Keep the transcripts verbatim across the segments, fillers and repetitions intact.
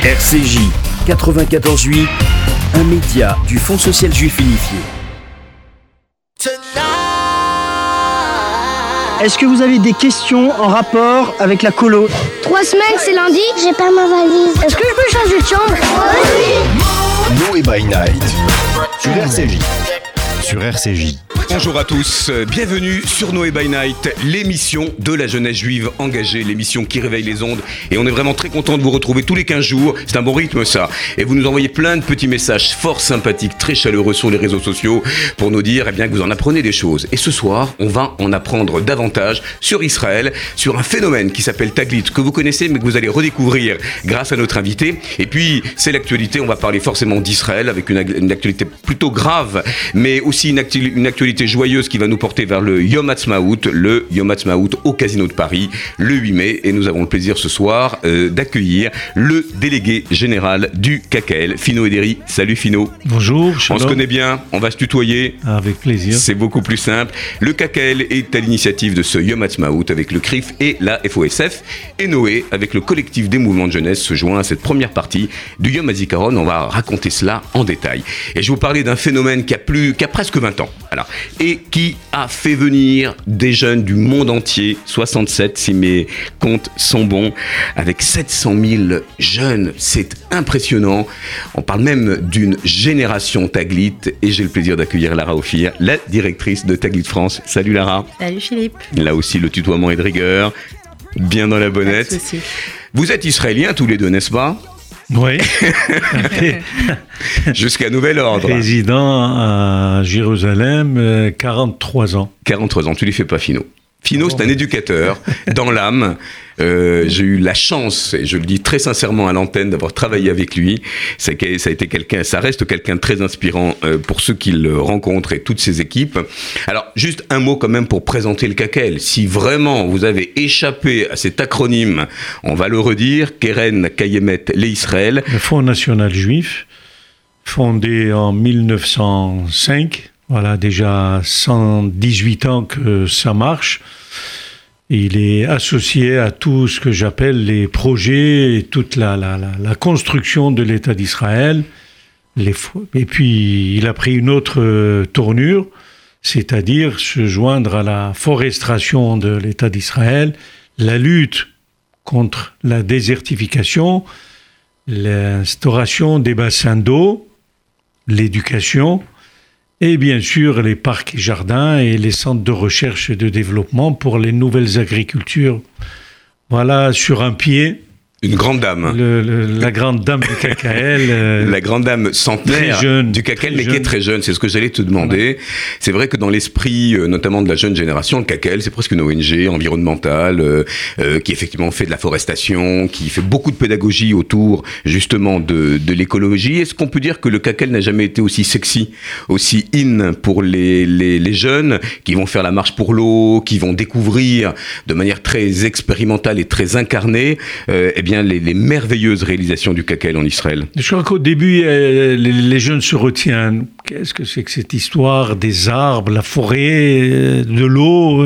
R C J quatre-vingt-quatorze huit, un média du Fonds social juif unifié. Est-ce que vous avez des questions en rapport avec la colo? Trois semaines, c'est lundi. J'ai pas ma valise. Est-ce que je peux changer de chambre? Oui. Noé by Night sur R C J. Sur R C J. Bonjour à tous, bienvenue sur Noé by Night, l'émission de la jeunesse juive engagée, l'émission qui réveille les ondes. Et on est vraiment très content de vous retrouver tous les quinze jours, c'est un bon rythme ça. Et vous nous envoyez plein de petits messages fort sympathiques, très chaleureux sur les réseaux sociaux pour nous dire eh bien, que vous en apprenez des choses. Et ce soir, on va en apprendre davantage sur Israël, sur un phénomène qui s'appelle Taglit, que vous connaissez mais que vous allez redécouvrir grâce à notre invité. Et puis, c'est l'actualité, on va parler forcément d'Israël avec une, une actualité plutôt grave, mais aussi une, actu- une actualité joyeuse qui va nous porter vers le Yom Ha'atzmaut, le Yom Ha'atzmaut au Casino de Paris, le huit mai. Et nous avons le plaisir ce soir euh, d'accueillir le délégué général du K K L, Fino Ederi. Salut Fino. Bonjour, shalom. On se connaît bien, on va se tutoyer. Avec plaisir. C'est beaucoup plus simple. Le K K L est à l'initiative de ce Yom Ha'atzmaut avec le C R I F et la F O S F. Et Noé, avec le collectif des mouvements de jeunesse, se joint à cette première partie du Yom HaZikaron. On va raconter cela en détail. Et je vais vous parler d'un phénomène qui a, plus, qui a presque vingt ans. Voilà. Et qui a fait venir des jeunes du monde entier, soixante-sept si mes comptes sont bons, avec sept cent mille jeunes, c'est impressionnant. On parle même d'une génération Taglit et j'ai le plaisir d'accueillir Lara Ophir, la directrice de Taglit France. Salut Lara. Salut Philippe. Là aussi le tutoiement est de rigueur, bien dans la bonnette. Pas de souci. Vous êtes israéliens tous les deux, n'est-ce pas ? Oui. Jusqu'à nouvel ordre. Résident à Jérusalem, euh, quarante-trois ans. quarante-trois ans, tu les fais pas Fino. Fino, c'est un éducateur dans l'âme. Euh, j'ai eu la chance, et je le dis très sincèrement à l'antenne, d'avoir travaillé avec lui. C'est que, ça a été quelqu'un, ça reste quelqu'un de très inspirant euh, pour ceux qui le rencontrent et toutes ses équipes. Alors, juste un mot quand même pour présenter le K K L. Si vraiment vous avez échappé à cet acronyme, on va le redire, Keren Kayemet l'Israël. Le Fonds national juif, fondé en mille neuf cent cinq. Voilà, déjà cent dix-huit ans que ça marche. Il est associé à tout ce que j'appelle les projets et toute la, la, la, la construction de l'État d'Israël. Les, et puis, il a pris une autre tournure, c'est-à-dire se joindre à la forestration de l'État d'Israël, la lutte contre la désertification, l'instauration des bassins d'eau, l'éducation, et bien sûr les parcs et jardins et les centres de recherche et de développement pour les nouvelles agricultures. Voilà, sur un pied. Une grande dame. Le, le, la grande dame du K K L. Euh, la grande dame centenaire jeune, du K K L, mais jeune. qui est très jeune. C'est ce que j'allais te demander. Ouais. C'est vrai que dans l'esprit, euh, notamment de la jeune génération, le K K L, c'est presque une O N G environnementale, euh, euh, qui effectivement fait de la forestation, qui fait beaucoup de pédagogie autour, justement, de, de l'écologie. Est-ce qu'on peut dire que le K K L n'a jamais été aussi sexy, aussi in pour les, les, les jeunes qui vont faire la marche pour l'eau, qui vont découvrir de manière très expérimentale et très incarnée, euh, eh bien, Les, les merveilleuses réalisations du K K L en Israël. Je crois qu'au début, euh, les, les jeunes se retiennent. Qu'est-ce que c'est que cette histoire des arbres, la forêt, euh, de l'eau?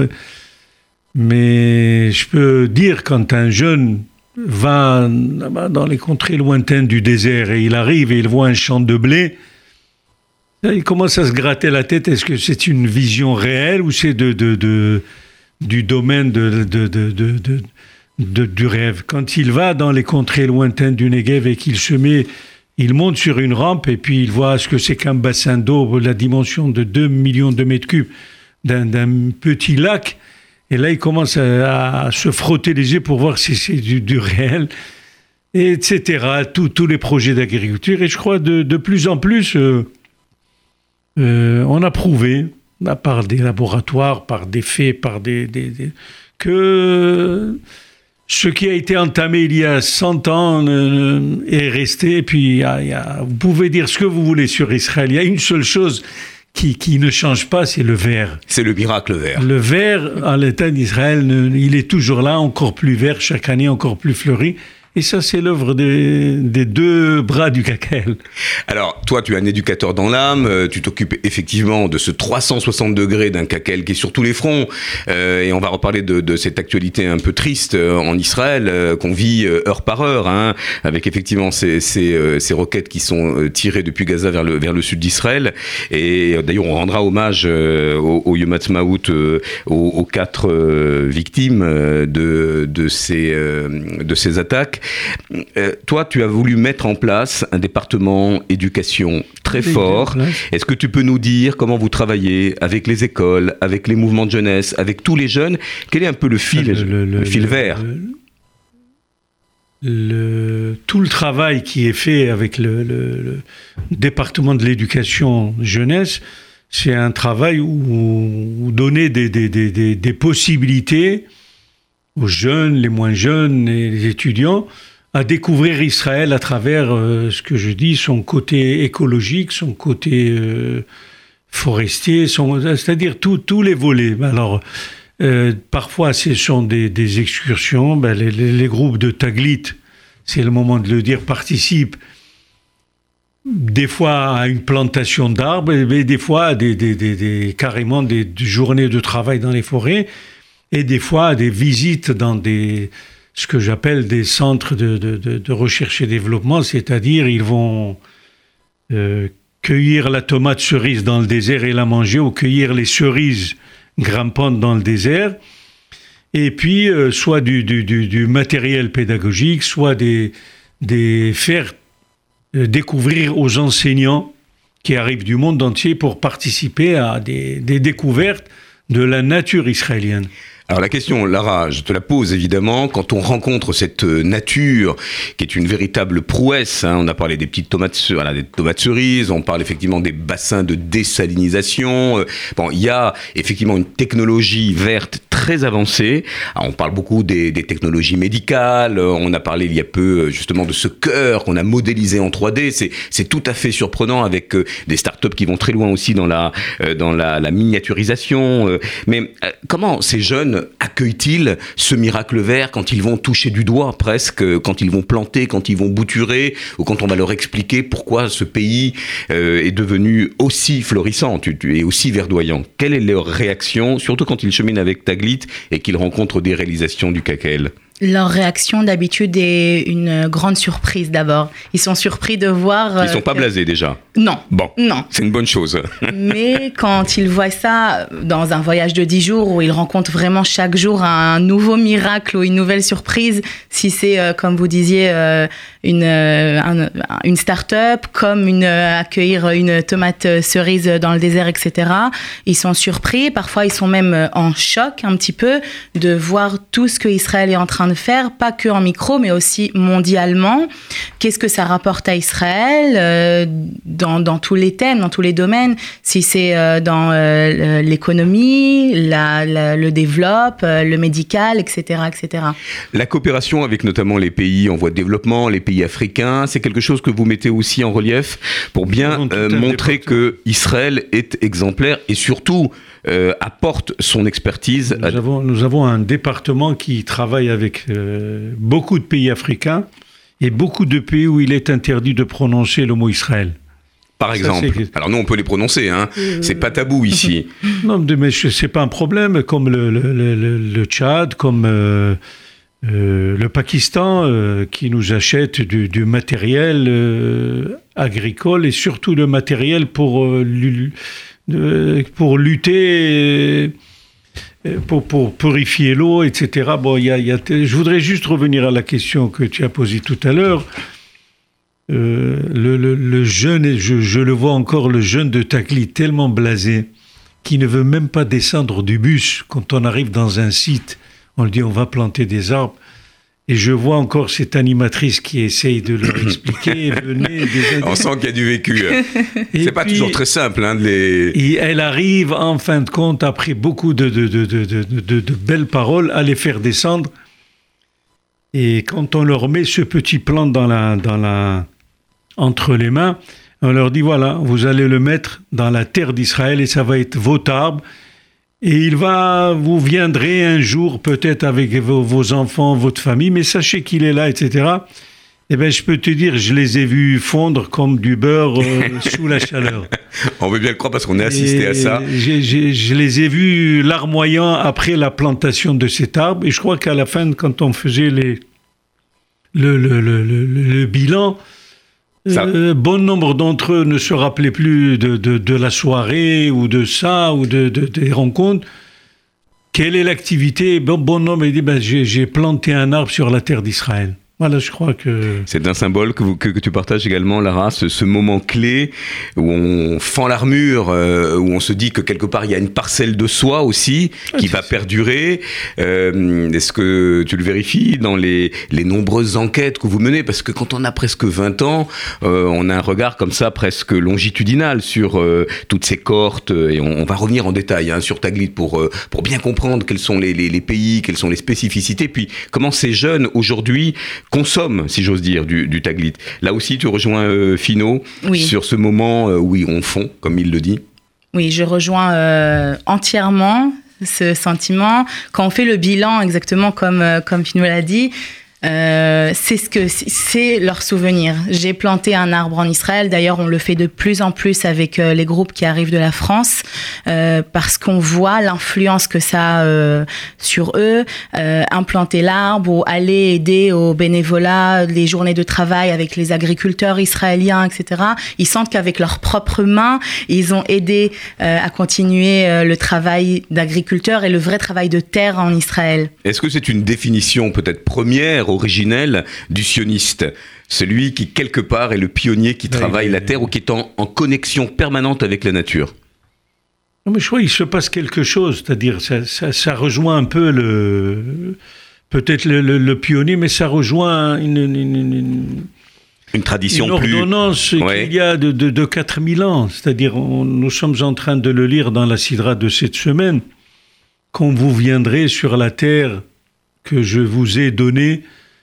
Mais je peux dire, quand un jeune va dans les contrées lointaines du désert et il arrive et il voit un champ de blé, il commence à se gratter la tête. Est-ce que c'est une vision réelle ou c'est de, de, de, du domaine de... de, de, de, de De, du rêve. Quand il va dans les contrées lointaines du Negev et qu'il se met, il monte sur une rampe et puis il voit ce que c'est qu'un bassin d'eau, la dimension de deux millions de mètres cubes d'un, d'un petit lac. Et là, il commence à, à se frotter les yeux pour voir si c'est du, du réel, et cetera. Tous, tous les projets d'agriculture. Et je crois de, de plus en plus, euh, euh, on a prouvé, par des laboratoires, par des faits, par des... des, des que... Ce qui a été entamé il y a cent ans euh, est resté. Et puis, il y a, il y a, vous pouvez dire ce que vous voulez sur Israël. Il y a une seule chose qui, qui ne change pas, c'est le vert. C'est le miracle vert. Le vert, à l'État d'Israël, il est toujours là, encore plus vert, chaque année encore plus fleuri. Et ça, c'est l'œuvre des, des deux bras du K K L. Alors, toi, tu es un éducateur dans l'âme, euh, tu t'occupes effectivement de ce trois cent soixante degrés d'un K K L qui est sur tous les fronts, euh, et on va reparler de, de cette actualité un peu triste euh, en Israël, euh, qu'on vit euh, heure par heure, hein, avec effectivement ces, ces, euh, ces roquettes qui sont euh, tirées depuis Gaza vers le, vers le sud d'Israël, et euh, d'ailleurs, on rendra hommage euh, au, au Yom Ha'atzmaut, euh, aux, aux quatre euh, victimes euh, de, de, ces, euh, de ces attaques. Euh, toi, tu as voulu mettre en place un département éducation très fort. Est-ce que tu peux nous dire comment vous travaillez avec les écoles, avec les mouvements de jeunesse, avec tous les jeunes? Quel est un peu le fil, le, le, le, le fil vert le, le, Tout le travail qui est fait avec le, le, le département de l'éducation jeunesse, c'est un travail où, où donner des, des, des, des, des possibilités aux jeunes, les moins jeunes et les étudiants, à découvrir Israël à travers euh, ce que je dis, son côté écologique, son côté euh, forestier, son, c'est-à-dire tous les volets. Alors, euh, parfois, ce sont des, des excursions. Ben, les, les, les groupes de Taglit, c'est le moment de le dire, participent des fois à une plantation d'arbres, mais des fois à des, des, des, des, carrément des, des journées de travail dans les forêts, et des fois des visites dans des, ce que j'appelle des centres de, de, de, de recherche et développement, c'est-à-dire ils vont euh, cueillir la tomate cerise dans le désert et la manger, ou cueillir les cerises grimpantes dans le désert, et puis euh, soit du, du, du, du matériel pédagogique, soit des, des faire euh, découvrir aux enseignants qui arrivent du monde entier pour participer à des, des découvertes de la nature israélienne. Alors la question, Lara, je te la pose évidemment, quand on rencontre cette nature qui est une véritable prouesse, hein, on a parlé des petites tomates, voilà, des tomates cerises, on parle effectivement des bassins de désalinisation, euh, bon, il y a effectivement une technologie verte très avancée. Alors, on parle beaucoup des, des technologies médicales, on a parlé il y a peu justement de ce cœur qu'on a modélisé en trois D, c'est, c'est tout à fait surprenant avec euh, des startups qui vont très loin aussi dans la, euh, dans la, la miniaturisation, euh, mais euh, comment ces jeunes accueillent-ils ce miracle vert quand ils vont toucher du doigt presque, quand ils vont planter, quand ils vont bouturer, ou quand on va leur expliquer pourquoi ce pays euh, est devenu aussi florissant et aussi verdoyant? Quelle est leur réaction, surtout quand ils cheminent avec Taglit et qu'ils rencontrent des réalisations du K K L? Leur réaction d'habitude est une grande surprise d'abord. Ils sont surpris de voir... Ils sont pas que... blasés déjà? Non. Bon, non. C'est une bonne chose. Mais quand ils voient ça dans un voyage de dix jours où ils rencontrent vraiment chaque jour un nouveau miracle ou une nouvelle surprise, si c'est, euh, comme vous disiez, euh, une, euh, un, une start-up, comme une, euh, accueillir une tomate cerise dans le désert, et cetera, ils sont surpris. Parfois, ils sont même en choc un petit peu de voir tout ce qu'Israël est en train de faire, pas que en micro, mais aussi mondialement. Qu'est-ce que ça rapporte à Israël euh, dans, dans tous les thèmes, dans tous les domaines, si c'est euh, dans euh, l'économie, la, la, le développement, euh, le médical, et cetera, et cetera. La coopération avec notamment les pays en voie de développement, les pays africains, c'est quelque chose que vous mettez aussi en relief pour bien euh, montrer que Israël est exemplaire et surtout euh, apporte son expertise. Nous, à... avons, nous avons un département qui travaille avec euh, beaucoup de pays africains et beaucoup de pays où il est interdit de prononcer le mot Israël. Par exemple. Ça, alors nous, on peut les prononcer, hein. Euh... C'est pas tabou ici. Non, mais c'est pas un problème, comme le, le, le, le Tchad, comme euh, euh, le Pakistan, euh, qui nous achète du, du matériel euh, agricole et surtout le matériel pour, euh, lu, pour lutter... Pour, pour purifier l'eau, et cetera. Bon, y a, y a, je voudrais juste revenir à la question que tu as posée tout à l'heure. Euh, le, le, le jeune, je, je le vois encore, le jeune de Taglit, tellement blasé, qui ne veut même pas descendre du bus. Quand on arrive dans un site, on lui dit on va planter des arbres. Et je vois encore cette animatrice qui essaye de leur expliquer. Venez, des... On sent qu'il y a du vécu. Et c'est pas puis, toujours très simple. Hein, de les... Et elle arrive, en fin de compte, après beaucoup de, de, de, de, de, de, de belles paroles, à les faire descendre. Et quand on leur met ce petit plant dans la, dans la, entre les mains, on leur dit, voilà, vous allez le mettre dans la terre d'Israël et ça va être votre arbre. Et il va, vous viendrez un jour peut-être avec vos, vos enfants, votre famille, mais sachez qu'il est là, et cetera. Eh bien, je peux te dire, je les ai vus fondre comme du beurre euh, sous la chaleur. On veut bien le croire parce qu'on est assisté Et à ça. j'ai, j'ai, je les ai vus larmoyants après la plantation de cet arbre. Et je crois qu'à la fin, quand on faisait les, le, le, le, le, le bilan, euh, bon nombre d'entre eux ne se rappelaient plus de, de, de la soirée ou de ça ou de, de, des rencontres. Quelle est l'activité? Bon, bon nombre a dit, ben, j'ai, j'ai planté un arbre sur la terre d'Israël. Voilà, je crois que... C'est un symbole que, vous, que, que tu partages également, Lara, ce, ce moment clé où on fend l'armure, euh, où on se dit que quelque part il y a une parcelle de soi aussi qui va perdurer. Euh, est-ce que tu le vérifies dans les, les nombreuses enquêtes que vous menez? Parce que quand on a presque vingt ans, euh, on a un regard comme ça presque longitudinal sur euh, toutes ces cohortes, et on, on va revenir en détail hein, sur Taglit pour, euh, pour bien comprendre quels sont les, les, les pays, quelles sont les spécificités, puis comment ces jeunes aujourd'hui consomme, si j'ose dire, du, du Taglit. Là aussi, tu rejoins euh, Finot oui. sur ce moment euh, où on fond, comme il le dit. Oui, je rejoins euh, entièrement ce sentiment. Quand on fait le bilan, exactement comme, euh, comme Finot l'a dit, Euh, c'est ce que c'est leur souvenir. J'ai planté un arbre en Israël. D'ailleurs, on le fait de plus en plus avec euh, les groupes qui arrivent de la France euh, parce qu'on voit l'influence que ça a euh, sur eux. Euh, implanter l'arbre ou aller aider au bénévolat, les journées de travail avec les agriculteurs israéliens, et cetera. Ils sentent qu'avec leurs propres mains, ils ont aidé euh, à continuer euh, le travail d'agriculteur et le vrai travail de terre en Israël. Est-ce que c'est une définition peut-être première, originelle du sioniste, celui qui quelque part est le pionnier qui oui, travaille oui, la terre oui. ou qui est en, en connexion permanente avec la nature? Non, mais je crois qu'il se passe quelque chose, c'est-à-dire ça, ça, ça rejoint un peu le peut-être le, le, le pionnier, mais ça rejoint une, une, une, une, une tradition une plus... ordonnance ouais. qu'il y a de, de, de quatre mille ans, c'est-à-dire on, nous sommes en train de le lire dans la Sidra de cette semaine. Quand vous viendrez sur la terre que je vous ai donnée,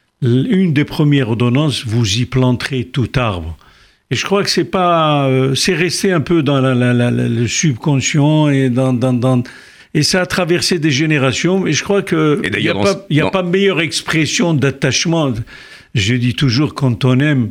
une des premières ordonnances, vous y planterez tout arbre. Et je crois que c'est pas, euh, c'est resté un peu dans la, la, la, la, le subconscient et dans, dans, dans, et ça a traversé des générations. Et je crois que il n'y a, pas, y a pas meilleure expression d'attachement. Je dis toujours, quand on aime,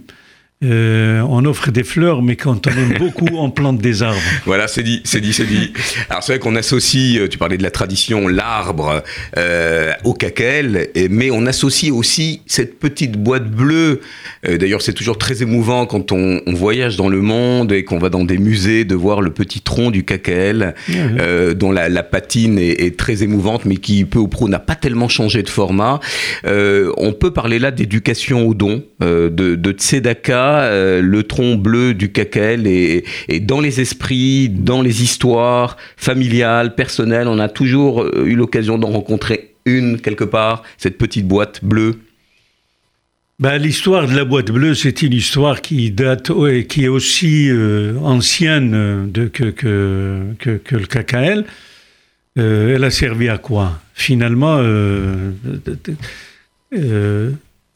Euh, on offre des fleurs, mais quand on aime beaucoup, on plante des arbres. Voilà, c'est dit, c'est dit, c'est dit. Alors c'est vrai qu'on associe, tu parlais de la tradition, l'arbre euh, au caquel, mais on associe aussi cette petite boîte bleue. Euh, d'ailleurs, c'est toujours très émouvant quand on, on voyage dans le monde et qu'on va dans des musées de voir le petit tronc du caquel, mmh. euh, dont la, la patine est, est très émouvante, mais qui peu ou prou n'a pas tellement changé de format. Euh, on peut parler là d'éducation au don, euh, de, de tzedaka. Euh, le tronc bleu du caquel et, et dans les esprits, dans les histoires familiales, personnelles, on a toujours eu l'occasion d'en rencontrer une quelque part, cette petite boîte bleue. Ben, l'histoire de la boîte bleue, c'est une histoire qui date, ouais, qui est aussi euh, ancienne de, que, que, que, que le K K L. Euh, elle a servi à quoi? Finalement, euh, euh,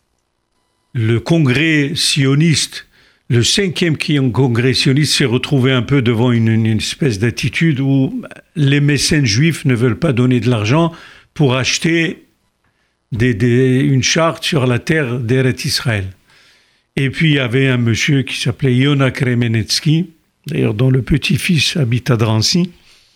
le congrès sioniste, le cinquième congrès sioniste s'est retrouvé un peu devant une, une espèce d'attitude où les mécènes juifs ne veulent pas donner de l'argent pour acheter des, des, une charte sur la terre d'Eretz Israël. Et puis il y avait un monsieur qui s'appelait Yona Kremenetsky, d'ailleurs dont le petit-fils habite à Drancy,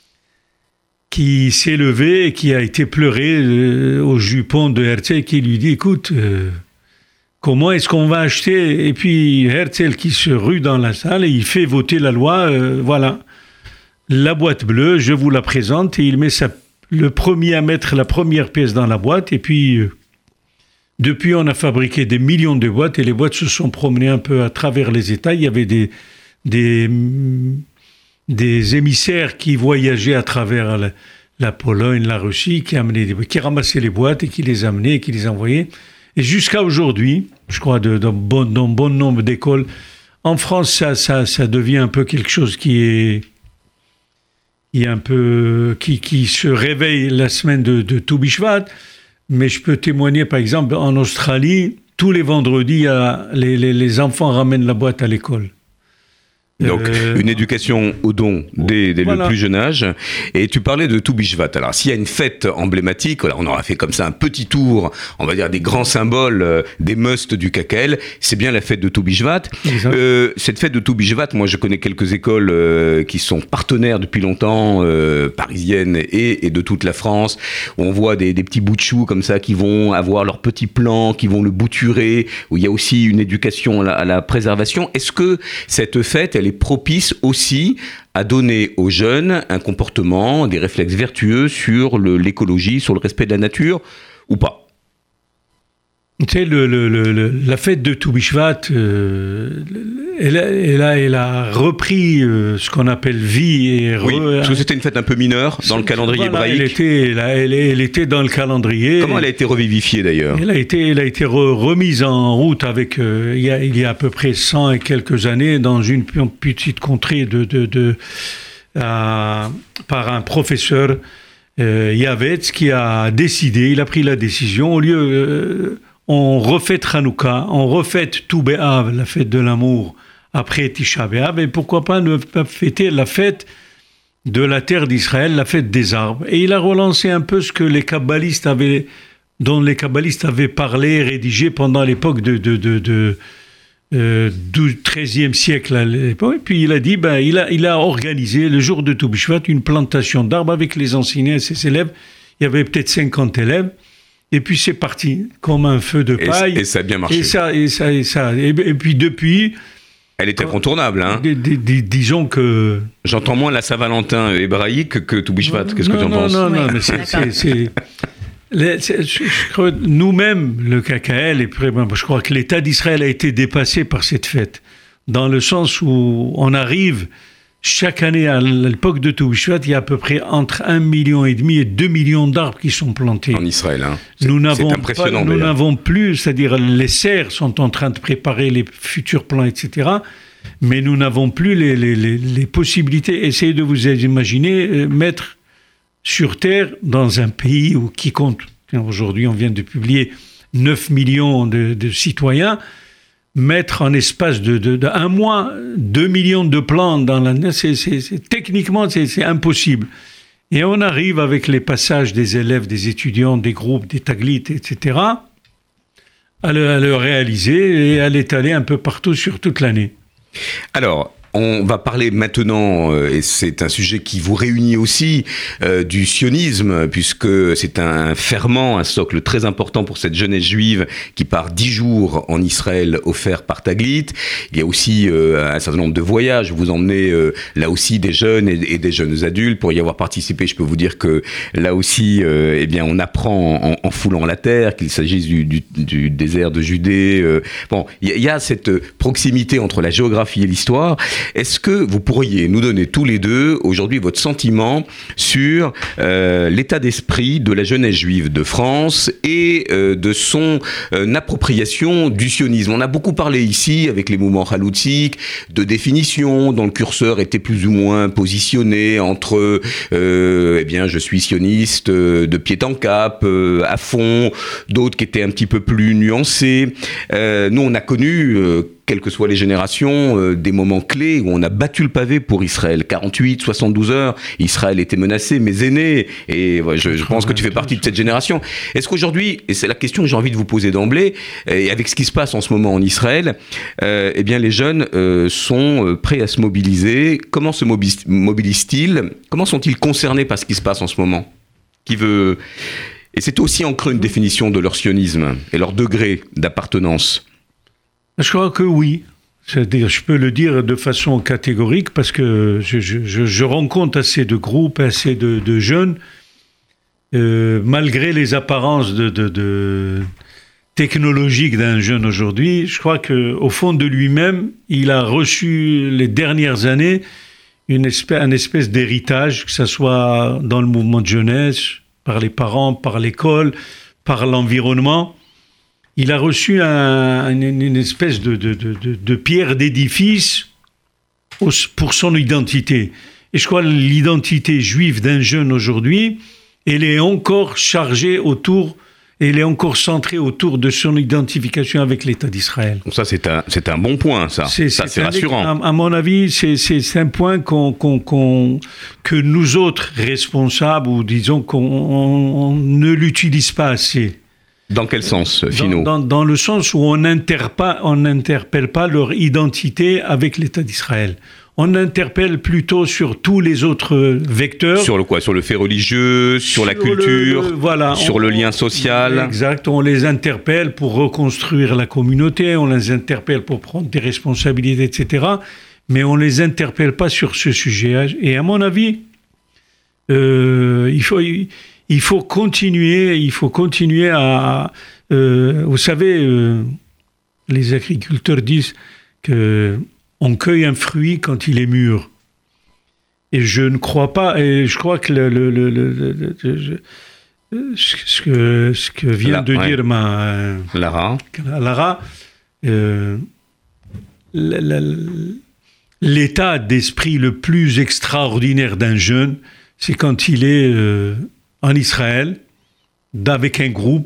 qui s'est levé et qui a été pleuré euh, au jupon de Herzl, qui lui dit, écoute, euh, comment est-ce qu'on va acheter? Et puis Herzl qui se rue dans la salle et il fait voter la loi, euh, voilà. La boîte bleue, je vous la présente, et il met sa, le premier à mettre la première pièce dans la boîte, et puis euh, depuis on a fabriqué des millions de boîtes, et les boîtes se sont promenées un peu à travers les États. Il y avait des, des, des émissaires qui voyageaient à travers la, la Pologne, la Russie, qui, amenaient des, qui ramassaient les boîtes et qui les amenaient et qui les envoyaient. Et jusqu'à aujourd'hui, je crois, de, de bon, dans bon nombre d'écoles, en France, ça, ça, ça devient un peu quelque chose qui est, qui est un peu, qui, qui se réveille la semaine de, de Tou Bishvat. Mais je peux témoigner, par exemple, en Australie, tous les vendredis, les, les, les enfants ramènent la boîte à l'école. Donc, euh, une éducation au don dès, dès voilà. le plus jeune âge. Et tu parlais de Tou Bishvat. Alors, s'il y a une fête emblématique, voilà, on aura fait comme ça un petit tour, on va dire des grands symboles, euh, des musts du K K L, c'est bien la fête de Tou Bishvat. Euh, cette fête de Tou Bishvat, moi je connais quelques écoles euh, qui sont partenaires depuis longtemps, euh, parisiennes et, et de toute la France, où on voit des, des petits bouts de choux comme ça qui vont avoir leur petit plan, qui vont le bouturer, où il y a aussi une éducation à la, à la préservation. Est-ce que cette fête, elle est propice aussi à donner aux jeunes un comportement, des réflexes vertueux sur le, l'écologie, sur le respect de la nature, ou pas? Tu sais, le, le, le, la fête de Tou Bishvat, euh, elle, elle, a, elle a repris euh, ce qu'on appelle vie. Et oui, re, parce que c'était une fête un peu mineure dans le calendrier voilà, hébraïque. Elle était, elle, elle, elle était dans le calendrier. Comment elle a été revivifiée d'ailleurs? Elle a été, elle a été re, remise en route avec, euh, il, y a, il y a à peu près cent et quelques années dans une petite contrée de, de, de, euh, par un professeur, euh, Yavetz, qui a décidé, il a pris la décision, au lieu... Euh, on refait Hanouka, on refait Tou B'Av, la fête de l'amour, après Tisha B'Av, et pourquoi pas ne pas fêter la fête de la terre d'Israël, la fête des arbres. Et il a relancé un peu ce que les kabbalistes avaient, dont les kabbalistes avaient parlé, rédigé pendant l'époque de, de, de, de euh, du treizième siècle à l'époque. Et puis il a dit, ben, il a, il a organisé le jour de Tou Bishvat une plantation d'arbres avec les enseignants et ses élèves. Il y avait peut-être cinquante élèves. Et puis c'est parti, comme un feu de paille. Et, et ça a bien marché. Et ça, et ça, et ça. Et, et puis depuis... Elle est incontournable, hein. D- d- d- disons que... J'entends moins la Saint-Valentin hébraïque que Tou Bishvat. Qu'est-ce non, que tu en non, penses? Non, non, oui, mais c'est... c'est, c'est les, c'est, je, je crois, nous-mêmes, le K K L, et je crois que l'État d'Israël a été dépassé par cette fête, dans le sens où on arrive... Chaque année, à l'époque de Tou Bishvat, il y a à peu près entre un million et demi et deux millions d'arbres qui sont plantés. En Israël, hein. C'est, nous n'avons c'est impressionnant. Pas, nous n'avons plus, c'est-à-dire les serres sont en train de préparer les futurs plans, et cetera. Mais nous n'avons plus les, les, les, les possibilités. Essayez de vous imaginer euh, mettre sur terre, dans un pays où, qui compte, aujourd'hui on vient de publier neuf millions de, de citoyens, mettre en espace de, de, de un mois deux millions de plantes dans la... C'est, c'est, c'est, techniquement, c'est, c'est impossible. Et on arrive avec les passages des élèves, des étudiants, des groupes, des taglites, et cetera, à le, à le réaliser et à l'étaler un peu partout sur toute l'année. Alors... On va parler maintenant, euh, et c'est un sujet qui vous réunit aussi, euh, du sionisme, puisque c'est un ferment, un socle très important pour cette jeunesse juive qui part dix jours en Israël offert par Taglit. Il y a aussi euh, un certain nombre de voyages. Vous emmenez euh, là aussi des jeunes et, et des jeunes adultes. Pour y avoir participé, je peux vous dire que là aussi, euh, eh bien, on apprend en, en foulant la terre, qu'il s'agisse du, du, du désert de Judée. Euh, bon, il y, y a cette proximité entre la géographie et l'histoire. Est-ce que vous pourriez nous donner tous les deux aujourd'hui votre sentiment sur euh, l'état d'esprit de la jeunesse juive de France et euh, de son euh, appropriation du sionisme? On a beaucoup parlé ici avec les mouvements haloutziques de définition dont le curseur était plus ou moins positionné entre euh, eh bien je suis sioniste euh, de pied en cap euh, à fond, d'autres qui étaient un petit peu plus nuancés. Euh, nous on a connu euh, quelles que soient les générations, euh, des moments clés où on a battu le pavé pour Israël. quarante-huit, soixante-douze heures, Israël était menacé, mes aînés, et ouais, je, je pense que tu fais partie de cette génération. Est-ce qu'aujourd'hui, et c'est la question que j'ai envie de vous poser d'emblée, et avec ce qui se passe en ce moment en Israël, euh, eh bien les jeunes euh, sont prêts à se mobiliser? Comment se mobilis- mobilisent-ils? Comment sont-ils concernés par ce qui se passe en ce moment? Qui veut... Et c'est aussi en creux une définition de leur sionisme et leur degré d'appartenance. Je crois que oui. C'est-à-dire, je peux le dire de façon catégorique parce que je, je, je rencontre assez de groupes, assez de, de jeunes, euh, malgré les apparences de, de, de technologiques d'un jeune aujourd'hui. Je crois qu'au fond de lui-même, il a reçu les dernières années une espèce, un espèce d'héritage, que ce soit dans le mouvement de jeunesse, par les parents, par l'école, par l'environnement. Il a reçu un, une, une espèce de, de, de, de pierre d'édifice pour son identité. Et je crois que l'identité juive d'un jeune aujourd'hui, elle est encore chargée autour, Et il est encore centré autour de son identification avec l'État d'Israël. Donc ça, c'est un, c'est un bon point, ça. C'est, ça, c'est, c'est rassurant. À, à mon avis, c'est, c'est, c'est un point qu'on, qu'on, qu'on, que nous autres responsables, ou disons qu'on on, on ne l'utilise pas assez. Dans quel sens, Finot ? dans, dans, dans le sens où on n'interpelle pas leur identité avec l'État d'Israël. On interpelle plutôt sur tous les autres vecteurs. Sur le quoi ? Sur le fait religieux, sur, sur la culture, le, le, voilà, sur on, le lien social. Exact. On les interpelle pour reconstruire la communauté, on les interpelle pour prendre des responsabilités, et cetera. Mais on ne les interpelle pas sur ce sujet. Et à mon avis, euh, il faut... Il faut continuer, il faut continuer à... Euh, vous savez, euh, les agriculteurs disent qu'on cueille un fruit quand il est mûr. Et je ne crois pas, et je crois que le, le, le, le, le, le, ce, que, ce que vient La, de ouais. dire ma... Euh, Lara. Lara, euh, la, la, l'état d'esprit le plus extraordinaire d'un jeune, c'est quand il est... Euh, en Israël, avec un groupe,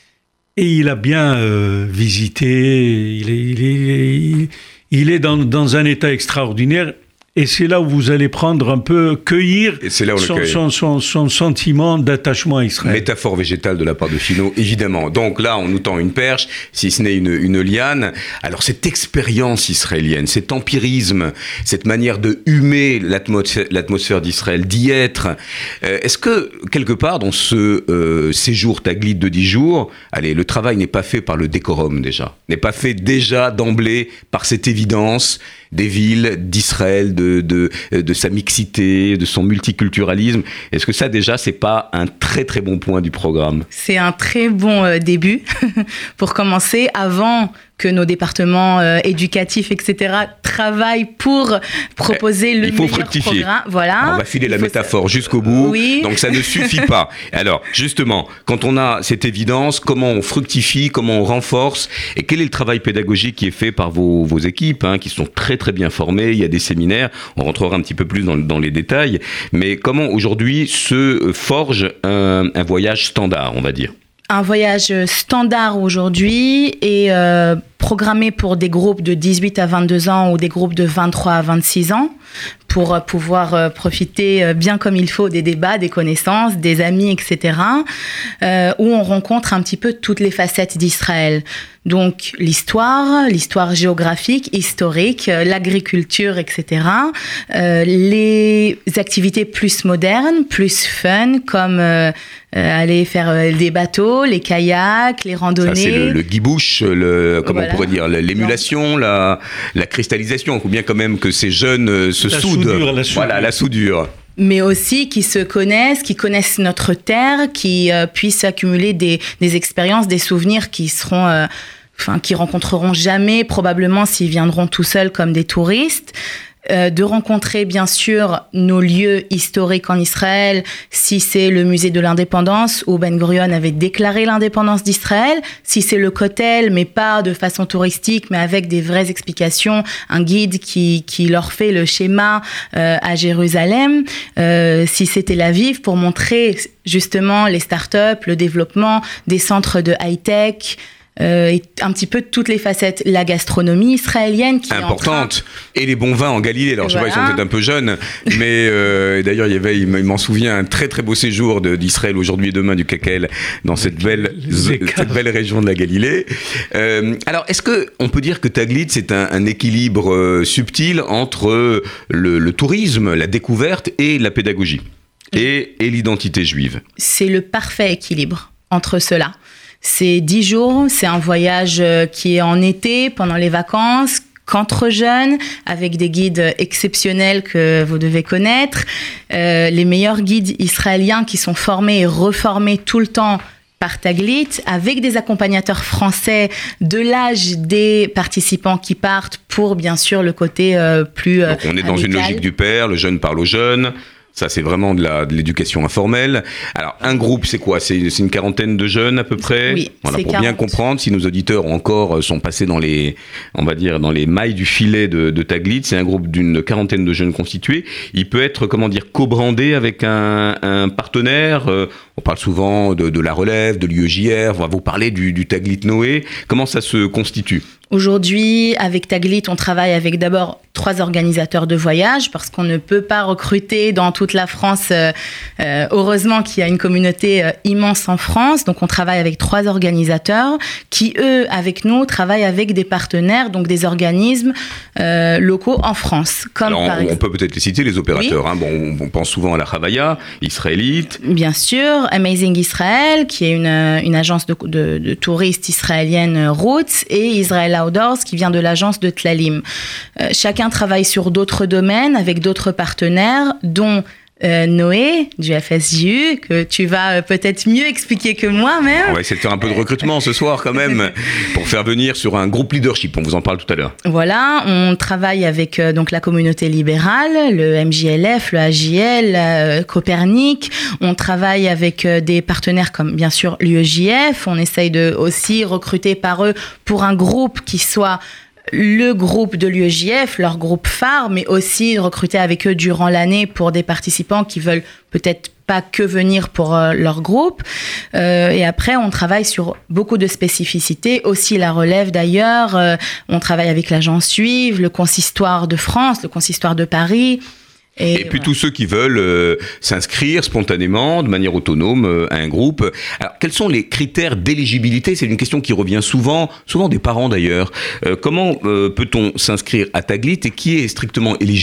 et il a bien euh, visité, il est, il est, il, il est dans, dans un état extraordinaire, et c'est là où vous allez prendre un peu, cueillir son, son, son, son sentiment d'attachement à Israël. Métaphore végétale de la part de Finot, évidemment. Donc là, on nous tend une perche, si ce n'est une, une liane. Alors cette expérience israélienne, cet empirisme, cette manière de humer l'atmosphère, l'atmosphère d'Israël, d'y être, euh, est-ce que, quelque part, dans ce euh, séjour taglite de dix jours, allez, le travail n'est pas fait par le décorum déjà, n'est pas fait déjà d'emblée par cette évidence des villes, d'Israël, de, de, de sa mixité, de son multiculturalisme. Est-ce que ça, déjà, c'est pas un très, très bon point du programme ? C'est un très bon euh, début pour commencer, avant que nos départements euh, éducatifs, et cetera, travaillent pour proposer le Il faut meilleur fructifier. programme. Voilà. On va filer la métaphore ça... jusqu'au bout, oui. Donc ça ne suffit pas. Alors, justement, quand on a cette évidence, comment on fructifie, comment on renforce, et quel est le travail pédagogique qui est fait par vos, vos équipes, hein, qui sont très très bien formées, il y a des séminaires, on rentrera un petit peu plus dans, dans les détails, mais comment aujourd'hui se forge un, un voyage standard, on va dire ? Un voyage standard aujourd'hui est euh, programmé pour des groupes de dix-huit à vingt-deux ans ou des groupes de vingt-trois à vingt-six ans pour euh, pouvoir euh, profiter euh, bien comme il faut des débats, des connaissances, des amis, et cetera, euh, où on rencontre un petit peu toutes les facettes d'Israël. Donc l'histoire, l'histoire géographique, historique, euh, l'agriculture, et cetera. Euh, les activités plus modernes, plus fun, comme euh, euh, aller faire euh, des bateaux, les kayaks, les randonnées. Ça, c'est le, le guibouche, le, comment voilà. on pourrait dire, l'émulation, la, la cristallisation. Il faut bien quand même que ces jeunes euh, se la soudent. Soudure, la soudure. Voilà, la soudure. Mais aussi qui se connaissent, qui connaissent notre terre, qui euh, puissent accumuler des, des expériences, des souvenirs qui seront... Euh, Enfin, qui rencontreront jamais, probablement s'ils viendront tout seuls comme des touristes, euh, de rencontrer bien sûr nos lieux historiques en Israël, si c'est le musée de l'indépendance où Ben Gurion avait déclaré l'indépendance d'Israël, si c'est le Kotel, mais pas de façon touristique, mais avec des vraies explications, un guide qui, qui leur fait le schéma euh, à Jérusalem, euh, si c'est Tel Aviv, pour montrer justement les startups, le développement des centres de high-tech, Euh, et un petit peu toutes les facettes, la gastronomie israélienne qui importante, est en train... et les bons vins en Galilée. Alors voilà. Je sais pas, ils sont peut-être un peu jeunes, mais euh, d'ailleurs il y avait, il m'en souvient, un très très beau séjour de, d'Israël aujourd'hui et demain du Kakel dans cette belle, cette belle région de la Galilée. Euh, alors est-ce que on peut dire que Taglit c'est un, un équilibre euh, subtil entre le, le tourisme, la découverte et la pédagogie et, et l'identité juive? C'est le parfait équilibre entre cela. C'est dix jours, c'est un voyage qui est en été, pendant les vacances, qu'entre jeunes, avec des guides exceptionnels que vous devez connaître, euh, les meilleurs guides israéliens qui sont formés et reformés tout le temps par Taglit, avec des accompagnateurs français de l'âge des participants qui partent pour, bien sûr, le côté euh, plus euh, Donc on est dans amical. Une logique du père, le jeune parle aux jeunes. Ça, c'est vraiment de, la, de l'éducation informelle. Alors, un groupe, c'est quoi ? c'est, c'est une quarantaine de jeunes, à peu près ? Oui, voilà, c'est pour quarante. Bien comprendre, si nos auditeurs encore sont passés dans les, on va dire, dans les mailles du filet de, de Taglit, c'est un groupe d'une quarantaine de jeunes constitués. Il peut être, comment dire, co-brandé avec un, un partenaire. Euh, On parle souvent de, de la relève, de l'U E J R, on va vous parler du, du Taglit Noé. Comment ça se constitue ? Aujourd'hui, avec Taglit, on travaille avec d'abord trois organisateurs de voyage parce qu'on ne peut pas recruter dans toute la France. Euh, euh, heureusement qu'il y a une communauté euh, immense en France. Donc, on travaille avec trois organisateurs qui, eux, avec nous, travaillent avec des partenaires, donc des organismes euh, locaux en France. Comme Alors, par on, on peut peut-être les citer, les opérateurs. Oui. Hein. Bon, on, on pense souvent à la Chavaya, israélite. Bien sûr, Amazing Israel, qui est une, une agence de, de, de touristes israélienne Roots, et Israel Outdoors, qui vient de l'agence de Tlalim. Euh, chacun travaille sur d'autres domaines avec d'autres partenaires, dont euh, Noé du F S J U, que tu vas euh, peut-être mieux expliquer que moi même. On va essayer de faire un peu de recrutement ce soir quand même, pour faire venir sur un groupe leadership. On vous en parle tout à l'heure. Voilà, on travaille avec euh, donc la communauté libérale, le M J L F, le A J L, euh, Copernic. On travaille avec euh, des partenaires comme bien sûr l'U E J F. On essaye de aussi recruter par eux pour un groupe qui soit le groupe de l'U E J F, leur groupe phare, mais aussi recruter avec eux durant l'année pour des participants qui veulent peut-être pas que venir pour euh, leur groupe. Euh, et après, on travaille sur beaucoup de spécificités, aussi la relève d'ailleurs. Euh, on travaille avec l'agence Suive, le consistoire de France, le consistoire de Paris. Et, Et puis voilà. tous ceux qui veulent euh, s'inscrire spontanément, de manière autonome, euh, à un groupe. Alors, quels sont les critères d'éligibilité ? C'est une question qui revient souvent, souvent des parents d'ailleurs. Euh, comment euh, peut-on s'inscrire à Taglit et qui est strictement éligible ?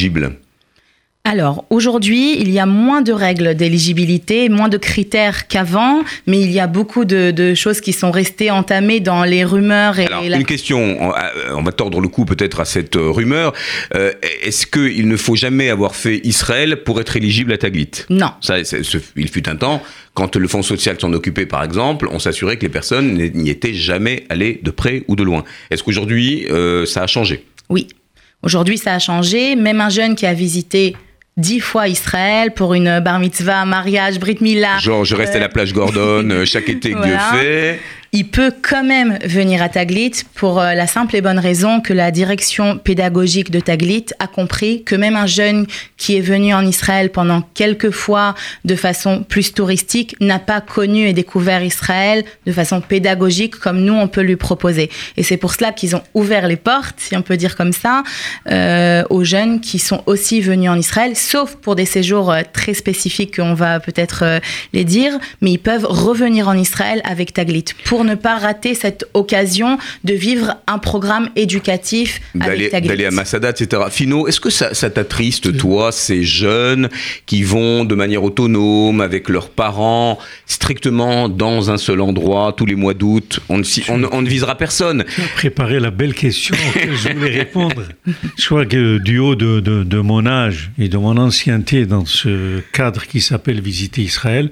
Alors, aujourd'hui, il y a moins de règles d'éligibilité, moins de critères qu'avant, mais il y a beaucoup de, de choses qui sont restées entamées dans les rumeurs. Et Alors, la... une question, on, on va tordre le cou peut-être à cette rumeur. Euh, est-ce qu'il ne faut jamais avoir fait Israël pour être éligible à Taglit ? Non. Ça, c'est, c'est, il fut un temps, quand le Fonds social s'en occupait par exemple, on s'assurait que les personnes n'y étaient jamais allées de près ou de loin. Est-ce qu'aujourd'hui, euh, ça a changé ? Oui. Aujourd'hui, ça a changé. Même un jeune qui a visité dix fois Israël pour une bar mitzvah, un mariage, brit milah. Genre, je reste euh... à la plage Gordon chaque été que voilà. Dieu fait. Il peut quand même venir à Taglit pour la simple et bonne raison que la direction pédagogique de Taglit a compris que même un jeune qui est venu en Israël pendant quelques fois de façon plus touristique n'a pas connu et découvert Israël de façon pédagogique comme nous on peut lui proposer. Et c'est pour cela qu'ils ont ouvert les portes, si on peut dire comme ça, euh, aux jeunes qui sont aussi venus en Israël, sauf pour des séjours très spécifiques qu'on va peut-être euh, les dire, mais ils peuvent revenir en Israël avec Taglit pour ne pas rater cette occasion de vivre un programme éducatif d'aller, avec Taglit. D'aller à Masada, et cetera. Fino, est-ce que ça, ça t'attriste, toi, ces jeunes qui vont de manière autonome avec leurs parents, strictement dans un seul endroit, tous les mois d'août ? On ne, on, on ne visera personne. Tu as préparé la belle question que je voulais répondre. Je crois que du haut de, de, de mon âge et de mon ancienneté dans ce cadre qui s'appelle Visiter Israël,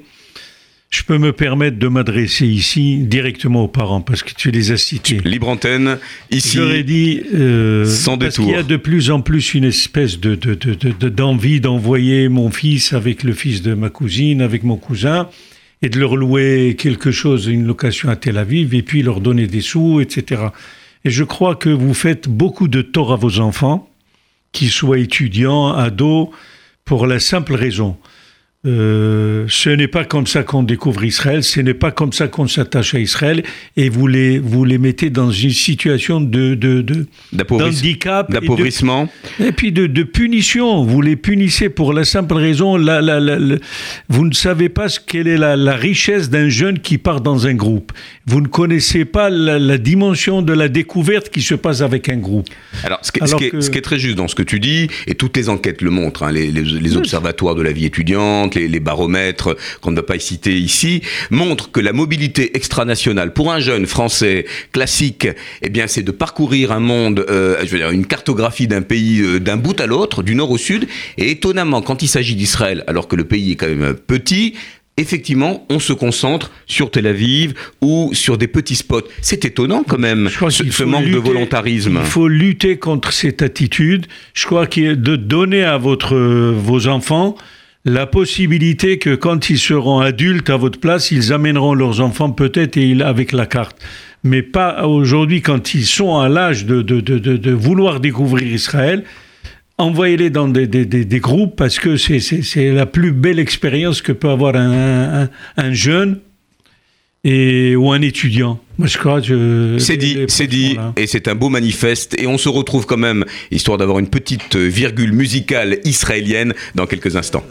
je peux me permettre de m'adresser ici directement aux parents parce que tu les as cités. Libre antenne, ici, j'aurais dit, euh, sans parce détour. qu'il y a de plus en plus une espèce de, de, de, de, d'envie d'envoyer mon fils avec le fils de ma cousine, avec mon cousin, et de leur louer quelque chose, une location à Tel Aviv, et puis leur donner des sous, et cetera. Et je crois que vous faites beaucoup de tort à vos enfants, qu'ils soient étudiants, ados, pour la simple raison. Euh, ce n'est pas comme ça qu'on découvre Israël, ce n'est pas comme ça qu'on s'attache à Israël, et vous les, vous les mettez dans une situation de, de, de d'handicap, d'appauvrissement, et, de, et puis de, de punition. Vous les punissez pour la simple raison, la, la, la, la, vous ne savez pas ce, quelle est la, la richesse d'un jeune qui part dans un groupe. Vous ne connaissez pas la, la dimension de la découverte qui se passe avec un groupe. Alors, ce qui, Alors ce, qui est, que... ce qui est très juste dans ce que tu dis, et toutes les enquêtes le montrent, hein, les, les, les observatoires de la vie étudiante, les, les baromètres qu'on ne va pas citer ici, montrent que la mobilité extranationale pour un jeune français classique, eh bien, c'est de parcourir un monde, euh, je veux dire, une cartographie d'un pays euh, d'un bout à l'autre, du nord au sud, et étonnamment, quand il s'agit d'Israël, alors que le pays est quand même petit, effectivement, on se concentre sur Tel Aviv ou sur des petits spots. C'est étonnant quand même, ce, ce manque lutter, de volontarisme. Il faut lutter contre cette attitude. Je crois qu'il est de donner à votre, vos enfants la possibilité que quand ils seront adultes à votre place, ils amèneront leurs enfants peut-être et ils, avec la carte. Mais pas aujourd'hui quand ils sont à l'âge de, de, de, de, de vouloir découvrir Israël. envoyez-les dans des, des, des, des groupes parce que c'est, c'est, c'est la plus belle expérience que peut avoir un, un, un jeune et, ou un étudiant. Moi, je crois que c'est dit, c'est dit, et c'est un beau manifeste. Et on se retrouve quand même, histoire d'avoir une petite virgule musicale israélienne, dans quelques instants.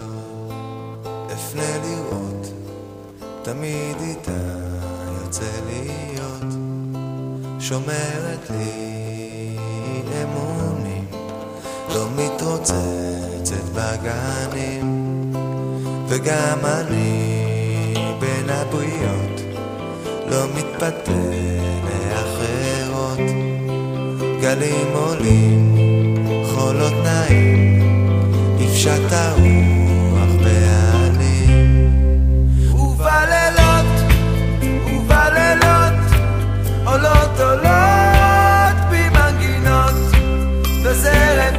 שומרת לי אמונים, לא מתרוצצת בגנים, וגם אני בין הבריות לא מתפתה לאחרות. גלים עולים, חולות נעים, נפשט הרוח בעלים. ובלילות, ובלילות עולות עולות במנגינות וזרת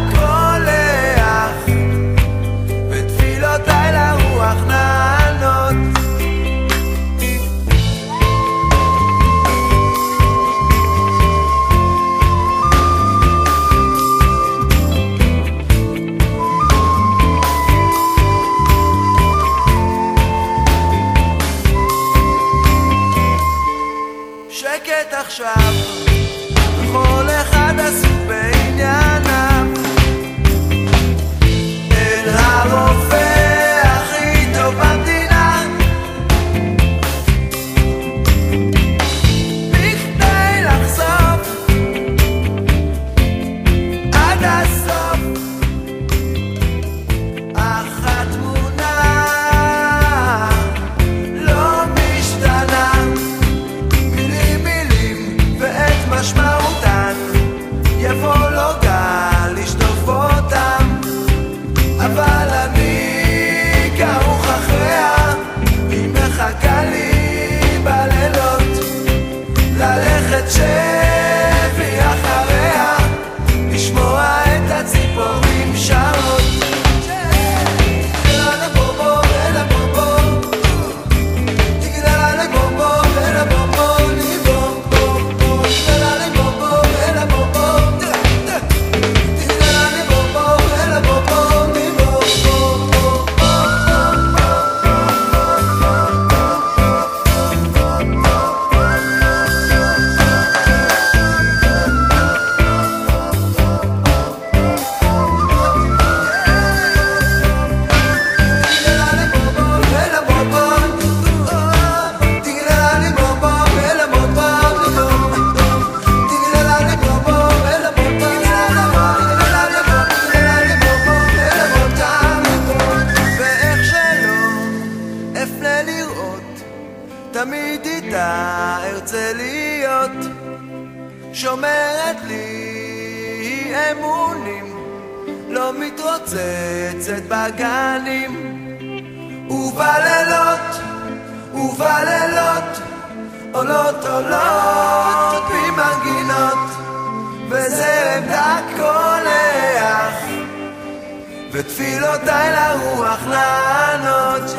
הקולח ותפילותיי לרוח נענות. שקט עכשיו, וכל אחד עסוק בענייניו. אין הרופא הכי טוב במדינה, בכדי לחשוף עד הסוף, אך התמונה לא משתנה. משמעותן יבוא לו גל לשטוף אותם, אבל אני כרוך אחריה, היא מחכה לי בלילות, ללכת שבי אחריה, לשמוע את הציפורים שרות. שומרת לי אמונים, לא מתרוצצת בגנים, ובלילות, ובלילות עולות עולות במנגינות וזרם הקולח ותפילותיי לרוח לענות.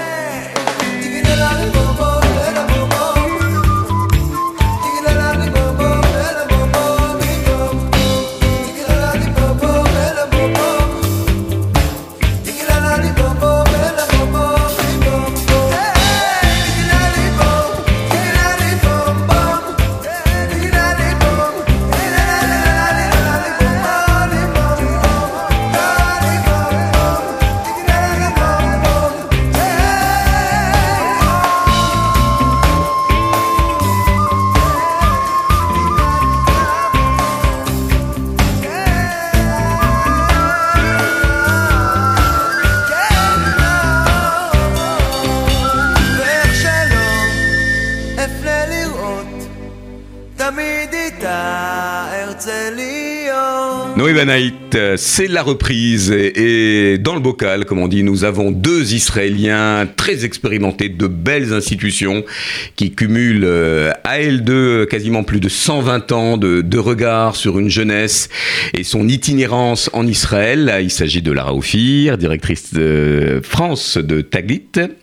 Noé Banaït, c'est la reprise et, et dans le bocal, comme on dit, nous avons deux Israéliens très expérimentés, de belles institutions qui cumulent euh, à elles deux quasiment plus de cent vingt ans de, de regard sur une jeunesse et son itinérance en Israël. Il s'agit de Lara Ophir, directrice de France de Taglit.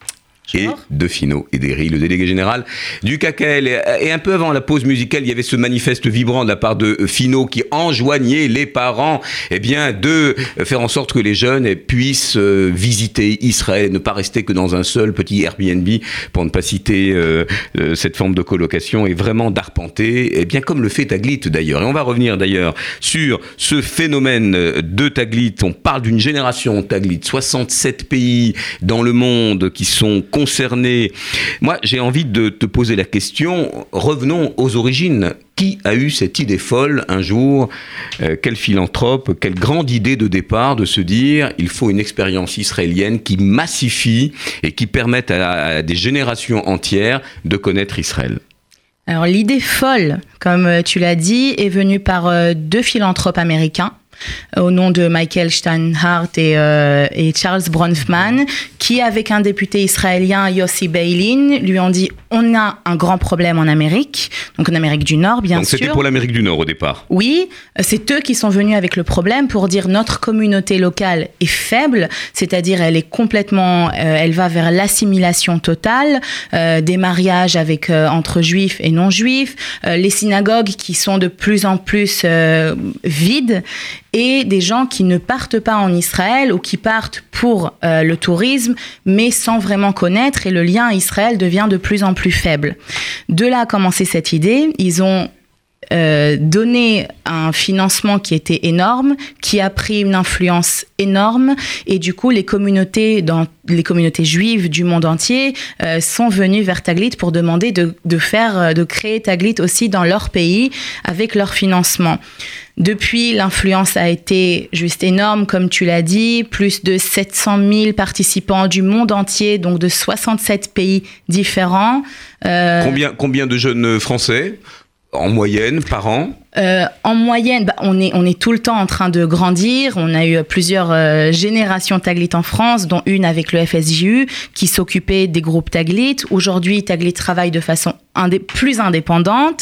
Et de Finot et d'Héry, le délégué général du C A C L. Et un peu avant la pause musicale, il y avait ce manifeste vibrant de la part de Finot qui enjoignait les parents eh bien, de faire en sorte que les jeunes puissent visiter Israël, ne pas rester que dans un seul petit Airbnb, pour ne pas citer euh, cette forme de colocation, et vraiment d'arpenter, eh bien, comme le fait Taglit d'ailleurs. Et on va revenir d'ailleurs sur ce phénomène de Taglit. On parle d'une génération Taglit, soixante-sept pays dans le monde qui sont concernés. Moi, j'ai envie de te poser la question, revenons aux origines. Qui a eu cette idée folle un jour, euh, quel philanthrope, quelle grande idée de départ de se dire il faut une expérience israélienne qui massifie et qui permette à, à des générations entières de connaître Israël? Alors l'idée folle, comme tu l'as dit, est venue par euh, deux philanthropes américains, au nom de Michael Steinhardt et, euh, et Charles Bronfman, qui, avec un député israélien, Yossi Beilin, lui ont dit « On a un grand problème en Amérique », donc en Amérique du Nord, bien donc sûr. Donc c'était pour l'Amérique du Nord au départ. Oui, c'est eux qui sont venus avec le problème pour dire « Notre communauté locale est faible, c'est-à-dire elle est complètement, euh, elle va vers l'assimilation totale, euh, des mariages avec, euh, entre juifs et non-juifs, euh, les synagogues qui sont de plus en plus euh, vides, et des gens qui ne partent pas en Israël ou qui partent pour euh, le tourisme, mais sans vraiment connaître, et le lien à Israël devient de plus en plus faible. De là a commencé cette idée. Ils ont euh, donné un financement qui était énorme, qui a pris une influence énorme, et du coup, les communautés, dans, les communautés juives du monde entier euh, sont venues vers Taglit pour demander de, de, faire, de créer Taglit aussi dans leur pays avec leur financement. Depuis, l'influence a été juste énorme, comme tu l'as dit, plus de sept cent mille participants du monde entier, donc de soixante-sept pays différents. Euh, combien, combien de jeunes Français, en moyenne, par an ? Euh, en moyenne, bah, on, est, on est tout le temps en train de grandir. On a eu plusieurs euh, générations Taglit en France, dont une avec le F S J U, qui s'occupait des groupes Taglit. Aujourd'hui, Taglit travaille de façon indé- plus indépendante.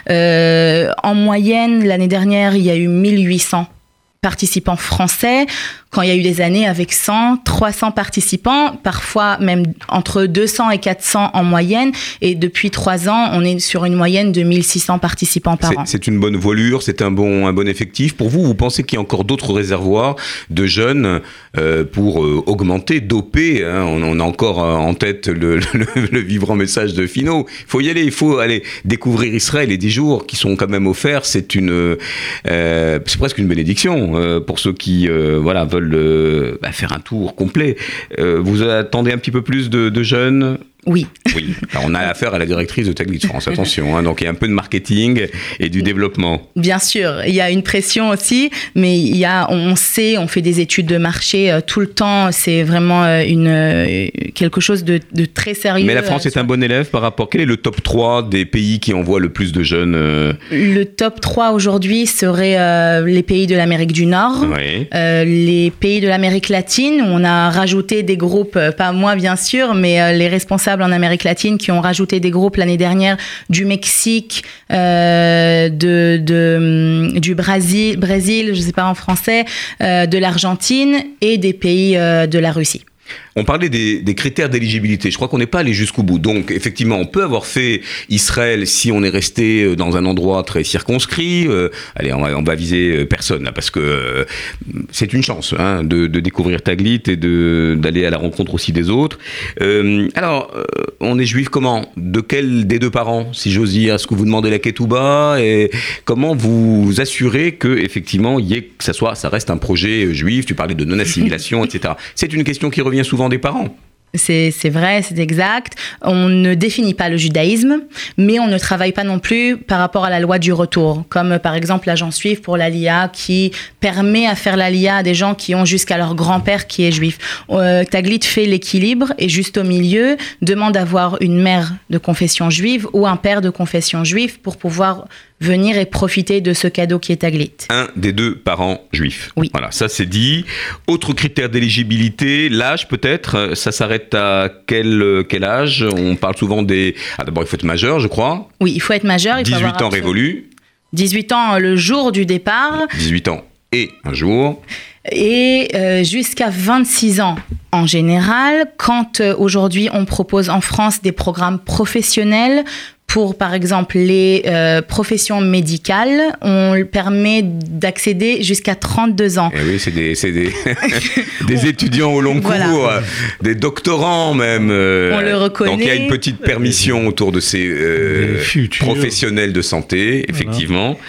Euh, en moyenne, l'année dernière, il y a eu mille huit cents participants français, quand il y a eu des années avec cent, trois cents participants, parfois même entre deux cents et quatre cents en moyenne, et depuis trois ans, on est sur une moyenne de mille six cents participants par c'est, an. C'est une bonne voilure, c'est un bon, un bon effectif. Pour vous, vous pensez qu'il y a encore d'autres réservoirs de jeunes euh, pour euh, augmenter, doper, hein, on, on a encore euh, en tête le, le, le vibrant message de Finot. Il faut y aller, il faut aller découvrir Israël, et dix jours qui sont quand même offerts, c'est une, euh, c'est presque une bénédiction euh, pour ceux qui, euh, voilà, veulent Euh, bah, faire un tour complet. Euh, vous attendez un petit peu plus de, de jeunes ? Oui. Oui. Alors, on a affaire à la directrice de Taglit France, attention. Hein, donc, il y a un peu de marketing et du développement. Bien sûr, il y a une pression aussi, mais il y a, on sait, on fait des études de marché euh, tout le temps. C'est vraiment euh, une, euh, quelque chose de, de très sérieux. Mais la France euh, est un bon élève par rapport... Quel est le top trois des pays qui envoient le plus de jeunes euh... Le top trois aujourd'hui serait euh, les pays de l'Amérique du Nord, oui. euh, les pays de l'Amérique latine, où on a rajouté des groupes, euh, pas moi bien sûr, mais euh, les responsables en Amérique latine qui ont rajouté des groupes l'année dernière, du Mexique, euh, de, de, du Brésil, Brésil, je ne sais pas en français, euh, de l'Argentine et des pays euh, de la Russie. On parlait des, des critères d'éligibilité. Je crois qu'on n'est pas allé jusqu'au bout. Donc, effectivement, on peut avoir fait Israël si on est resté dans un endroit très circonscrit. Euh, allez, on va, on va viser personne, là, parce que euh, c'est une chance hein, de, de découvrir Taglit et de, d'aller à la rencontre aussi des autres. Euh, alors, euh, on est juif comment ? De quel des deux parents, si j'ose dire ? Est-ce que vous demandez la ketouba ? Et comment vous assurez que, effectivement, y ait, que ça, soit, ça reste un projet juif ? Tu parlais de non-assimilation, et cetera. C'est une question qui revient souvent des parents. C'est, c'est vrai, c'est exact. On ne définit pas le judaïsme, mais on ne travaille pas non plus par rapport à la loi du retour, comme par exemple l'agence juive pour l'Aliyah qui permet à faire l'Aliyah à des gens qui ont jusqu'à leur grand-père qui est juif. Euh, Taglit fait l'équilibre et juste au milieu demande d'avoir une mère de confession juive ou un père de confession juive pour pouvoir venir et profiter de ce cadeau qui est Taglit. Un des deux parents juifs. Oui. Voilà, ça c'est dit. Autre critère d'éligibilité, l'âge peut-être, ça s'arrête à quel, quel âge ? On parle souvent des... Ah, d'abord, il faut être majeur, je crois. Oui, il faut être majeur. Il dix-huit faut avoir ans révolus. dix-huit ans le jour du départ. dix-huit ans et un jour. Et euh, jusqu'à vingt-six ans en général, quand euh, aujourd'hui on propose en France des programmes professionnels pour, par exemple, les euh, professions médicales, on permet d'accéder jusqu'à trente-deux ans. Et oui, c'est des, c'est des, des étudiants au long voilà. cours, des doctorants même. Euh, on le reconnaît. Donc il y a une petite permission autour de ces euh, professionnels de santé, effectivement. Voilà.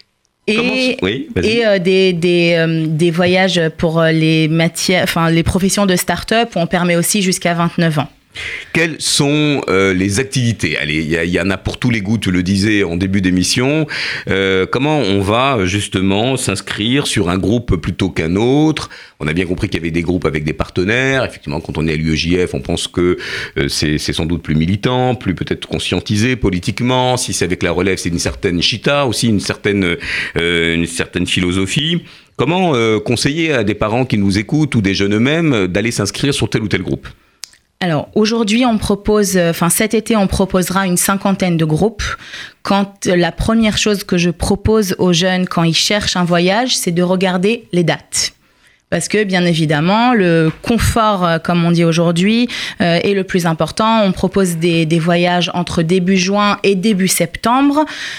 Et, oui, et euh, des, des, euh, des voyages pour les matières, enfin les professions de start-up, on permet aussi jusqu'à vingt-neuf ans. Quelles sont euh, les activités ? Allez, il y, y en a pour tous les goûts, tu le disais en début d'émission. Euh, comment on va justement s'inscrire sur un groupe plutôt qu'un autre ? On a bien compris qu'il y avait des groupes avec des partenaires. Effectivement, quand on est à l'U E J F, on pense que euh, c'est, c'est sans doute plus militant, plus peut-être conscientisé politiquement. Si c'est avec la relève, c'est une certaine chita, aussi une certaine, euh, une certaine philosophie. Comment euh, conseiller à des parents qui nous écoutent ou des jeunes eux-mêmes d'aller s'inscrire sur tel ou tel groupe ? Alors aujourd'hui, on propose, enfin cet été, on proposera une cinquantaine de groupes. Quand la première chose que je propose aux jeunes quand ils cherchent un voyage, c'est de regarder les dates. Parce que bien évidemment, le confort, comme on dit aujourd'hui, euh, est le plus important. On propose des, des voyages entre début juin et début septembre.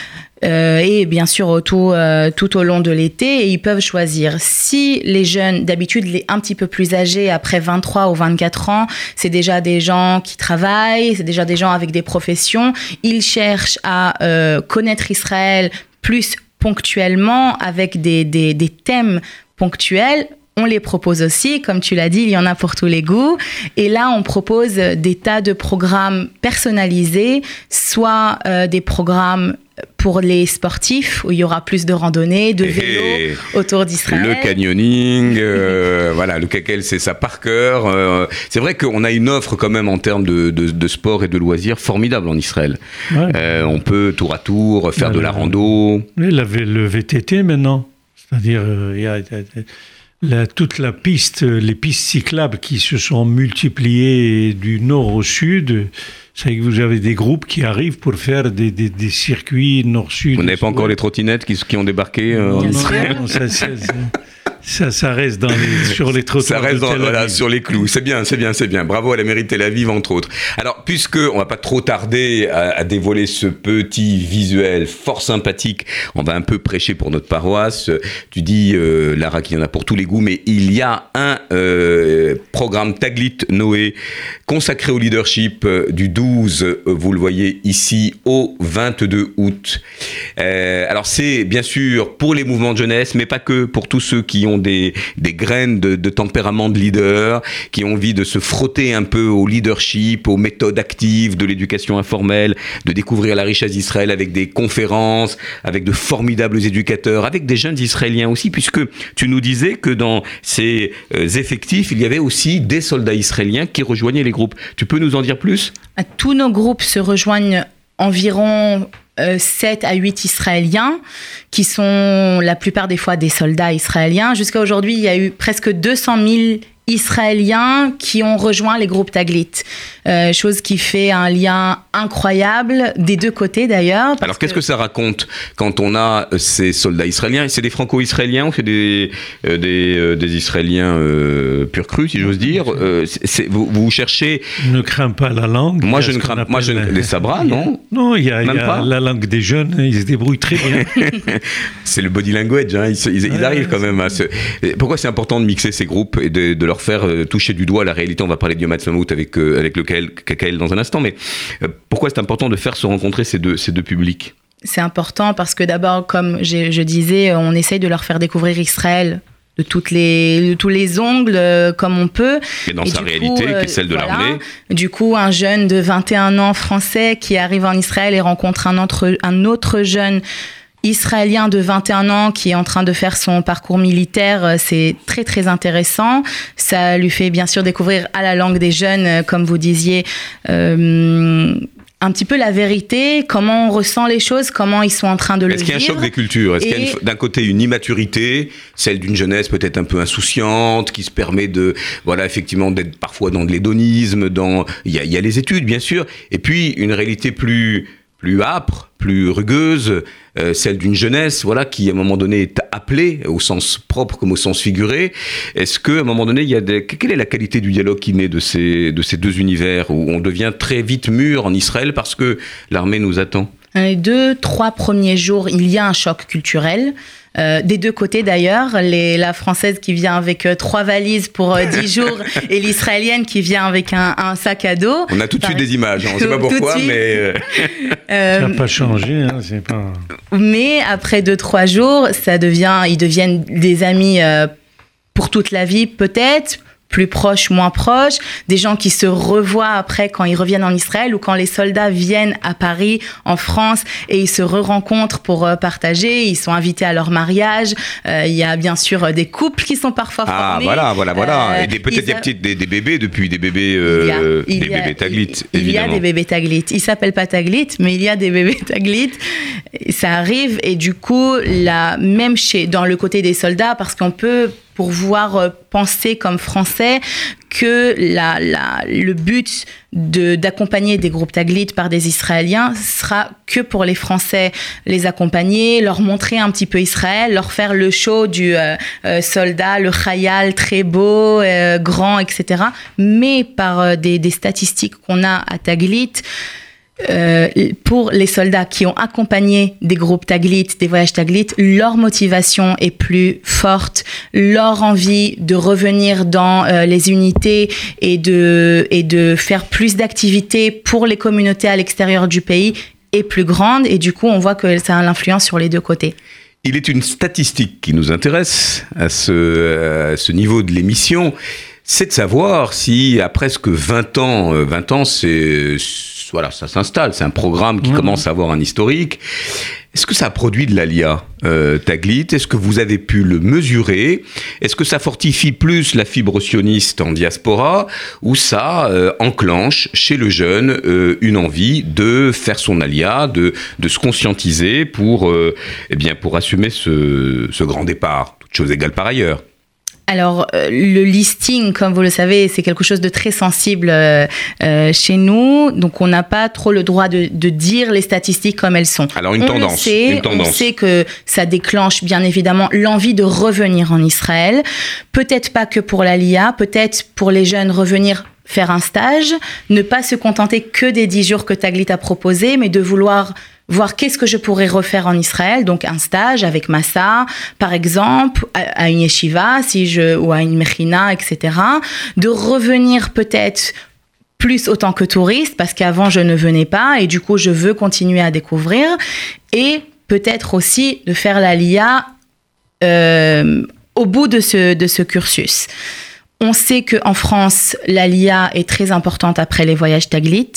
Euh, et bien sûr tout, euh, tout au long de l'été, et ils peuvent choisir. Si les jeunes, d'habitude les un petit peu plus âgés, après vingt-trois ou vingt-quatre ans, c'est déjà des gens qui travaillent, c'est déjà des gens avec des professions, ils cherchent à euh, connaître Israël plus ponctuellement, avec des, des, des thèmes ponctuels. On les propose aussi, comme tu l'as dit, il y en a pour tous les goûts. Et là, on propose des tas de programmes personnalisés, soit euh, des programmes pour les sportifs, où il y aura plus de randonnées, de vélos autour d'Israël. Le canyoning, euh, voilà, le K K L, c'est ça par cœur. Euh, c'est vrai qu'on a une offre quand même en termes de, de, de sport et de loisirs formidable en Israël. Ouais. Euh, on peut tour à tour faire ouais, de la rando. Oui, le V T T maintenant, c'est-à-dire il euh, y a... Y a La, toute la piste, les pistes cyclables qui se sont multipliées du nord au sud, c'est que vous avez des groupes qui arrivent pour faire des, des, des circuits nord-sud. Vous n'avez pas encore les trottinettes qui, qui ont débarqué euh, non, en non, Israël non, ça, ça, ça, ça, ça reste dans les, sur les trottoirs. Ça reste dans, de Tel Aviv. Voilà, sur les clous. C'est bien, c'est bien, c'est bien. Bravo à la mairie de Tel Aviv, entre autres. Alors, puisque on va pas trop tarder à, à dévoiler ce petit visuel fort sympathique, on va un peu prêcher pour notre paroisse. Tu dis, euh, Lara, qu'il y en a pour tous les goûts, mais il y a un euh, programme Taglit Noé consacré au leadership euh, du douze, euh, vous le voyez ici, au vingt-deux août. Euh, alors, c'est bien sûr pour les mouvements de jeunesse, mais pas que, pour tous ceux qui ont Des, des graines de, de tempérament de leader, qui ont envie de se frotter un peu au leadership, aux méthodes actives de l'éducation informelle, de découvrir la richesse d'Israël avec des conférences, avec de formidables éducateurs, avec des jeunes Israéliens aussi, puisque tu nous disais que dans ces euh, effectifs, il y avait aussi des soldats israéliens qui rejoignaient les groupes. Tu peux nous en dire plus ? Tous nos groupes se rejoignent environ Euh, sept à huit Israéliens qui sont la plupart des fois des soldats israéliens. Jusqu'à aujourd'hui, il y a eu presque deux cent mille Israéliens qui ont rejoint les groupes Taglit. Euh, chose qui fait un lien incroyable des deux côtés d'ailleurs. Alors qu'est-ce que... que ça raconte quand on a ces soldats israéliens ? C'est des franco-israéliens ou c'est des, euh, des, euh, des Israéliens euh, pur crus, si j'ose dire euh, c'est, c'est, vous, vous cherchez... Ne crains pas la langue. Moi je ne crains pas je... les sabras, non ? Non, il y a, il y a la langue des jeunes, ils se débrouillent très bien. C'est le body language, hein, ils, ils, ils arrivent quand même à se... Pourquoi c'est important de mixer ces groupes et de, de leur faire euh, toucher du doigt la réalité ? On va parler de Yom Ha'atzmaut avec, euh, avec le K K L dans un instant, mais euh, pourquoi c'est important de faire se rencontrer ces deux, ces deux publics ? C'est important parce que d'abord, comme je, je disais, on essaye de leur faire découvrir Israël de, toutes les, de tous les ongles euh, comme on peut. Et dans et sa réalité, coup, euh, qui est celle de voilà. l'armée. Du coup, un jeune de vingt et un ans français qui arrive en Israël et rencontre un autre, un autre jeune Israélien de vingt et un ans qui est en train de faire son parcours militaire, c'est très très intéressant. Ça lui fait bien sûr découvrir à la langue des jeunes, comme vous disiez, euh, un petit peu la vérité, comment on ressent les choses, comment ils sont en train de le vivre. Est-ce qu'il y a un choc des cultures ? Est-ce et... qu'il y a une, d'un côté une immaturité, celle d'une jeunesse peut-être un peu insouciante, qui se permet de, voilà, effectivement, d'être parfois dans de l'hédonisme, dans, il y a, il y a les études bien sûr, et puis une réalité plus plus âpre, plus rugueuse, euh, celle d'une jeunesse, voilà, qui à un moment donné est appelée, au sens propre comme au sens figuré. Est-ce qu'à un moment donné, il y a des... quelle est la qualité du dialogue qui naît de ces, de ces deux univers, où on devient très vite mûr en Israël parce que l'armée nous attend? Les deux, trois premiers jours, il y a un choc culturel. Euh, des deux côtés d'ailleurs, les, la française qui vient avec euh, trois valises pour euh, dix jours et l'israélienne qui vient avec un, un sac à dos. On a tout de suite des images, hein, on ne sait pas Tout- tout de pourquoi, suite. mais... euh, Euh, Ça n'a pas changé, hein, c'est pas... Mais après deux, trois jours, ça devient, ils deviennent des amis euh, pour toute la vie, peut-être, plus proches, moins proches, des gens qui se revoient après quand ils reviennent en Israël ou quand les soldats viennent à Paris, en France, et ils se re-rencontrent pour euh, partager, ils sont invités à leur mariage. Euh, il y a bien sûr euh, des couples qui sont parfois Ah, formés. voilà, voilà, voilà. Euh, Et des, peut-être ils des, a- petites, des, des bébés depuis, des bébés, Il y a- euh, il des y a- bébés Taglit, il, il y a évidemment. des bébés Taglit. Ils s'appellent pas Taglit, mais il y a des bébés Taglit. Et ça arrive, et du coup, la, même chez, dans le côté des soldats, parce qu'on peut pouvoir euh, penser comme Français que la, la, le but de, d'accompagner des groupes Taglit par des Israéliens sera que pour les Français, les accompagner, leur montrer un petit peu Israël, leur faire le show du euh, euh, soldat, le khayal très beau, euh, grand, et cetera. Mais par euh, des, des statistiques qu'on a à Taglit, Euh, pour les soldats qui ont accompagné des groupes Taglit, des voyages Taglit, leur motivation est plus forte, leur envie de revenir dans euh, les unités et de, et de faire plus d'activités pour les communautés à l'extérieur du pays est plus grande, et du coup on voit que ça a l'influence sur les deux côtés. Il est une statistique qui nous intéresse à ce, à ce niveau de l'émission, c'est de savoir si à presque vingt ans, vingt ans c'est... Voilà, ça s'installe, c'est un programme qui mmh. commence à avoir un historique. Est-ce que ça a produit de l'Aliyah, euh, Taglit? Est-ce que vous avez pu le mesurer? Est-ce que ça fortifie plus la fibre sioniste en diaspora, ou ça euh, enclenche chez le jeune euh, une envie de faire son Aliyah, de, de se conscientiser pour, euh, eh bien, pour assumer ce, ce grand départ, toutes choses égales par ailleurs? Alors, euh, le listing, comme vous le savez, c'est quelque chose de très sensible euh, euh, chez nous. Donc, on n'a pas trop le droit de, de dire les statistiques comme elles sont. Alors, une on tendance. Le sait, une tendance. On sait que ça déclenche, bien évidemment, l'envie de revenir en Israël. Peut-être pas que pour l'Aliyah, peut-être pour les jeunes revenir faire un stage, ne pas se contenter que des dix jours que Taglit a proposé, mais de vouloir voir qu'est-ce que je pourrais refaire en Israël, donc un stage avec Massa, par exemple, à, à une yeshiva, si je, ou à une mechina, et cetera. De revenir peut-être plus autant que touriste, parce qu'avant je ne venais pas, et du coup je veux continuer à découvrir, et peut-être aussi de faire l'Aliyah euh, au bout de ce, de ce cursus. On sait qu'en France, l'Aliyah est très importante après les voyages Taglit,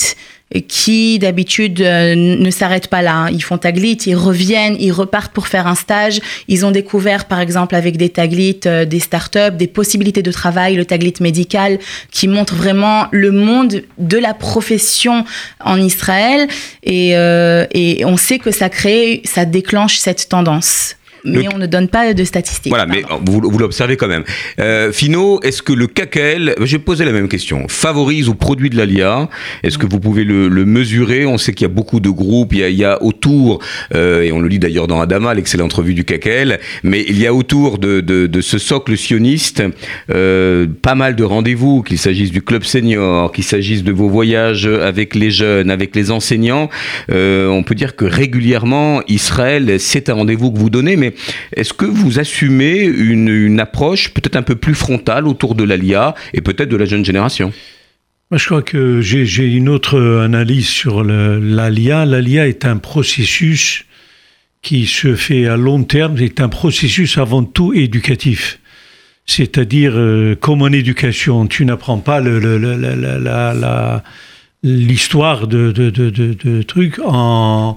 qui d'habitude euh, ne s'arrêtent pas là. Ils font Taglit, ils reviennent, ils repartent pour faire un stage. Ils ont découvert, par exemple, avec des Taglit, euh, des startups, des possibilités de travail, le Taglit médical, qui montre vraiment le monde de la profession en Israël. Et, euh, et on sait que ça crée, ça déclenche cette tendance. Mais le... on ne donne pas de statistiques. Voilà, pardon. mais vous, vous l'observez quand même. Euh, Fino, est-ce que le K K L, je vais poser la même question, favorise ou produit de l'Aliyah? Est-ce que vous pouvez le, le mesurer? On sait qu'il y a beaucoup de groupes, il y a, il y a autour, euh, et on le lit d'ailleurs dans Adama, l'excellente revue du K K L, mais il y a autour de, de, de ce socle sioniste euh, pas mal de rendez-vous, qu'il s'agisse du club senior, qu'il s'agisse de vos voyages avec les jeunes, avec les enseignants. Euh, on peut dire que régulièrement, Israël, c'est un rendez-vous que vous donnez, mais est-ce que vous assumez une, une approche peut-être un peu plus frontale autour de l'Aliyah et peut-être de la jeune génération? Moi, je crois que j'ai, j'ai une autre analyse sur le, l'Aliyah. L'Aliyah est un processus qui se fait à long terme, c'est un processus avant tout éducatif. C'est-à-dire, euh, comme en éducation, tu n'apprends pas le, le, le, la, la, la, l'histoire de, de, de, de, de trucs en,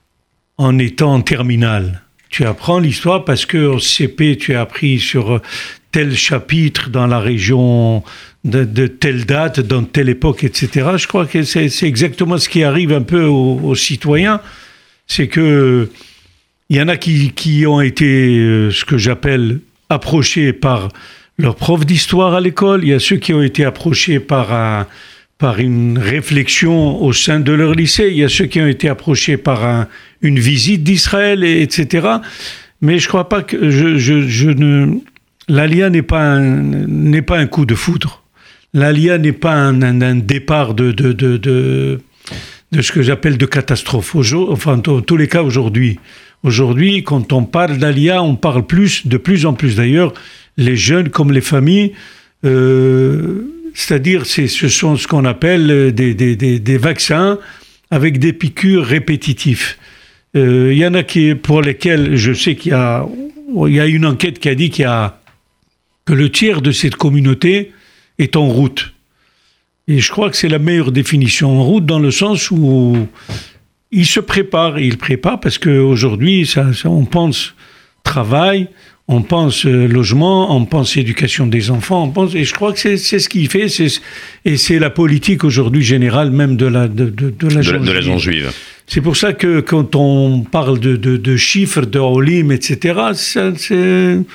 en étant en terminale. Tu apprends l'histoire parce qu'au C P, tu as appris sur tel chapitre dans la région de, de telle date, dans telle époque, et cetera. Je crois que c'est, c'est exactement ce qui arrive un peu aux, aux citoyens. C'est que il y en a qui, qui ont été, euh, ce que j'appelle, approchés par leur prof d'histoire à l'école. Il y a ceux qui ont été approchés par un, par une réflexion au sein de leur lycée. Il y a ceux qui ont été approchés par un, une visite d'Israël, et, etc. Mais je ne crois pas que... Je, je, je ne, l'Alia n'est pas, un, n'est pas un coup de foudre. L'Alia n'est pas un, un, un départ de, de, de, de, de ce que j'appelle de catastrophe. Enfin, en tous les cas, aujourd'hui. Aujourd'hui, quand on parle d'Alia, on parle plus, de plus en plus. D'ailleurs, les jeunes comme les familles... Euh, c'est-à-dire, c'est, ce sont ce qu'on appelle des, des, des, des vaccins avec des piqûres répétitives. Il euh, y en a qui, pour lesquels je sais qu'il y a, il y a une enquête qui a dit qu'il y a, que le tiers de cette communauté est en route. Et je crois que c'est la meilleure définition. En route dans le sens où ils se préparent. Ils préparent parce qu'aujourd'hui, ça, ça, on pense travail, on pense euh, logement, on pense éducation des enfants, on pense, et je crois que c'est, c'est ce qu'il fait, c'est, et c'est la politique aujourd'hui générale même de la, de, de, de la Jeune juive. C'est pour ça que quand on parle de, de, de chiffres, de Olim, et cetera, ça, c'est... Il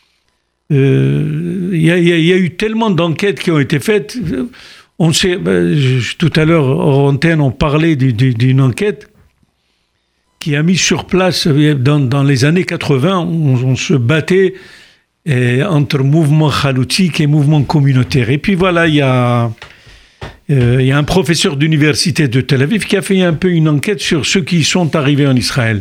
euh, y, y, y a eu tellement d'enquêtes qui ont été faites. On sait, ben, je, tout à l'heure, hors antenne, on parlait du, du, d'une enquête qui a mis sur place, dans, dans les années quatre-vingts, on, on se battait eh, entre mouvement chaloutique et mouvement communautaire. Et puis voilà, il y a, euh, il y a un professeur d'université de Tel Aviv qui a fait un peu une enquête sur ceux qui sont arrivés en Israël.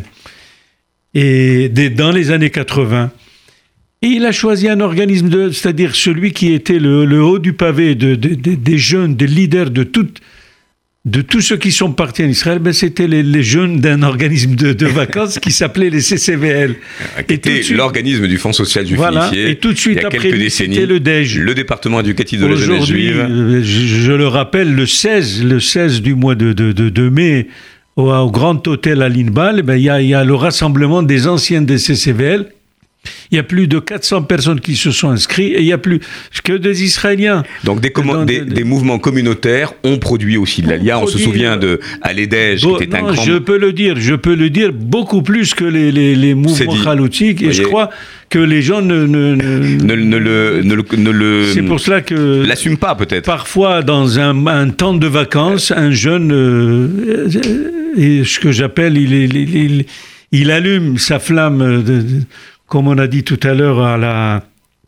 Et des, dans les années quatre-vingts. Et il a choisi un organisme, de, c'est-à-dire celui qui était le, le haut du pavé de, de, de, des jeunes, des leaders de toutes... De tous ceux qui sont partis en Israël, ben c'était les, les jeunes d'un organisme de, de vacances qui s'appelait les C C V L. Qui était suite, l'organisme du Fonds social juif voilà, unifié. Et tout de suite il y a après, quelques décennies, c'était le D E J. Le département éducatif de la jeunesse juive. Je, je le rappelle, le seize, le seize du mois de, de, de, de mai, au, au Grand Hôtel à Linbal, ben, il y a, il y a le rassemblement des anciens des C C V L. Il y a plus de quatre cents personnes qui se sont inscrites et il n'y a plus que des Israéliens. Donc des, commun- des, des, des mouvements communautaires ont produit aussi de l'Alia. On, on se souvient de Al-Edej, bon, qui était non, un grand... Je peux le dire, je peux le dire beaucoup plus que les, les, les mouvements chaloutiques. Et je crois que les gens ne... Ne, ne, ne, ne, le, ne, le, ne le... C'est pour cela que... L'assument pas, peut-être. Parfois, dans un, un temps de vacances, un jeune... Euh, et ce que j'appelle... Il, il, il, il, il allume sa flamme... De, de, comme on a dit tout à l'heure à la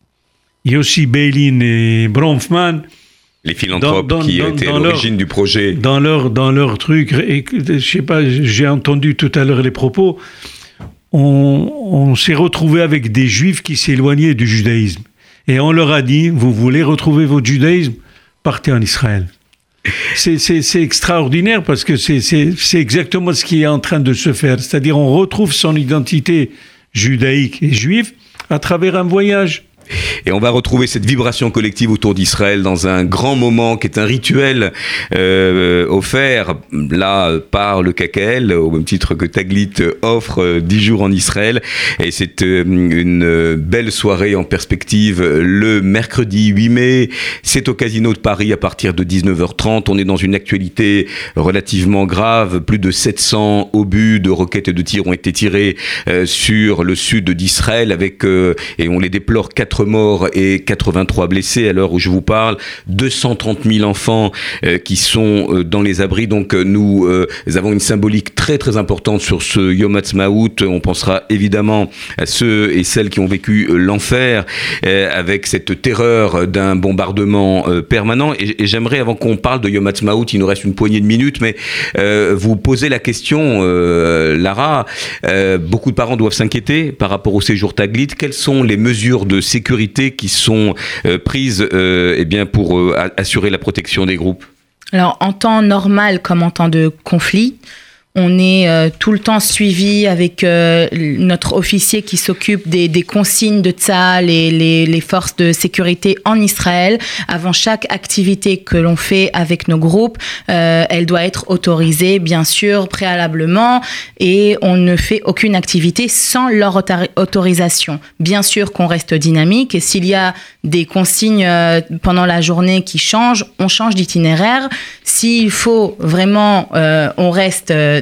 Yossi Beilin et Bronfman, les philanthropes dans, dans, qui dans, étaient dans à l'origine leur, du projet. Dans leur, dans leur truc, et, je sais pas, j'ai entendu tout à l'heure les propos, on, on s'est retrouvé avec des juifs qui s'éloignaient du judaïsme. Et on leur a dit, vous voulez retrouver votre judaïsme, partez en Israël. C'est, c'est, c'est extraordinaire parce que c'est, c'est, c'est exactement ce qui est en train de se faire. C'est-à-dire on retrouve son identité judaïque et juif à travers un voyage. Et on va retrouver cette vibration collective autour d'Israël dans un grand moment qui est un rituel euh, offert là par le K K L, au même titre que Taglit offre euh, dix jours en Israël. Et c'est euh, une belle soirée en perspective le mercredi huit mai. C'est au Casino de Paris à partir de dix-neuf heures trente. On est dans une actualité relativement grave. Plus de sept cents obus de roquettes et de tirs ont été tirés euh, sur le sud d'Israël avec, euh, et on les déplore, quatre morts et quatre-vingt-trois blessés à l'heure où je vous parle, deux cent trente mille enfants euh, qui sont euh, dans les abris. Donc euh, nous euh, avons une symbolique très très importante sur ce Yom Ha'atzmaut. On pensera évidemment à ceux et celles qui ont vécu euh, l'enfer euh, avec cette terreur d'un bombardement euh, permanent. Et, et j'aimerais, avant qu'on parle de Yom Ha'atzmaut, il nous reste une poignée de minutes, mais euh, vous poser la question, euh, Lara, euh, beaucoup de parents doivent s'inquiéter par rapport au séjour Taglit. Quelles sont les mesures de sécurité qui sont euh, prises euh, eh bien, pour euh, assurer la protection des groupes? Alors, en temps normal comme en temps de conflit, on est euh, tout le temps suivi avec euh, notre officier qui s'occupe des, des consignes de Tzahal et les, les forces de sécurité en Israël. Avant chaque activité que l'on fait avec nos groupes, euh, elle doit être autorisée, bien sûr, préalablement, et on ne fait aucune activité sans leur autor- autorisation. Bien sûr qu'on reste dynamique, et s'il y a des consignes euh, pendant la journée qui changent, on change d'itinéraire. S'il faut vraiment, euh, on reste euh,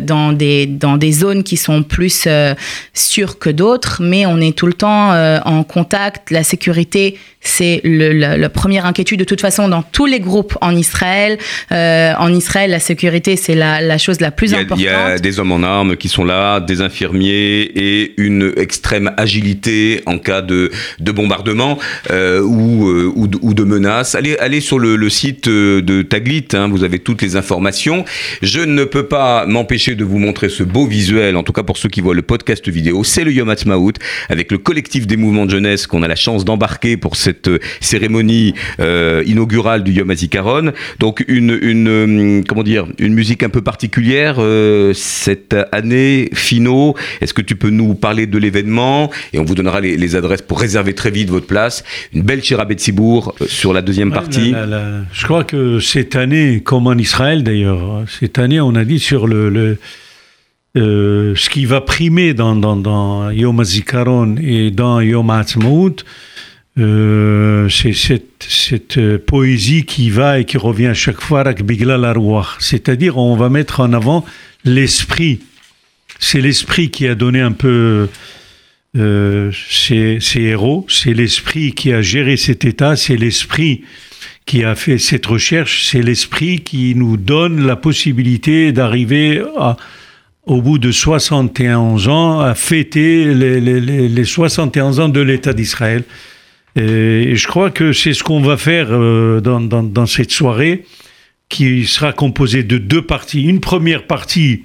dans des dans des zones qui sont plus euh, sûres que d'autres, mais on est tout le temps euh, en contact. La sécurité, c'est le, le, la première inquiétude de toute façon dans tous les groupes en Israël. Euh, en Israël, la sécurité, c'est la, la chose la plus il y a, importante. Il y a des hommes en armes qui sont là, des infirmiers et une extrême agilité en cas de, de bombardement euh, ou, euh, ou, de, ou de menaces. Allez, allez sur le, le site de Taglit, hein, vous avez toutes les informations. Je ne peux pas m'empêcher de vous montrer ce beau visuel, en tout cas pour ceux qui voient le podcast vidéo. C'est le Yom Ha'atzmaut avec le collectif des mouvements de jeunesse qu'on a la chance d'embarquer pour cette cérémonie euh, inaugurale du Yom HaZikaron. Donc une, une comment dire, une musique un peu particulière euh, cette année. Fino, est-ce que tu peux nous parler de l'événement et on vous donnera les, les adresses pour réserver très vite votre place. Une belle Shira Betsibour euh, sur la deuxième ouais, partie. La, la, la, je crois que cette année, comme en Israël d'ailleurs, cette année on a dit sur le, le euh, ce qui va primer dans, dans, dans Yom HaZikaron et dans Yom Ha'atzmaut. Euh, c'est cette, cette poésie qui va et qui revient à chaque fois avec Biglal Haruach. C'est-à-dire, on va mettre en avant l'esprit. C'est l'esprit qui a donné un peu euh, ces, ces héros. C'est l'esprit qui a géré cet état. C'est l'esprit qui a fait cette recherche. C'est l'esprit qui nous donne la possibilité d'arriver à, au bout de soixante et onze ans, à fêter les, les, les, les soixante et onze ans de l'État d'Israël. Et je crois que c'est ce qu'on va faire euh, dans, dans, dans cette soirée, qui sera composée de deux parties. Une première partie,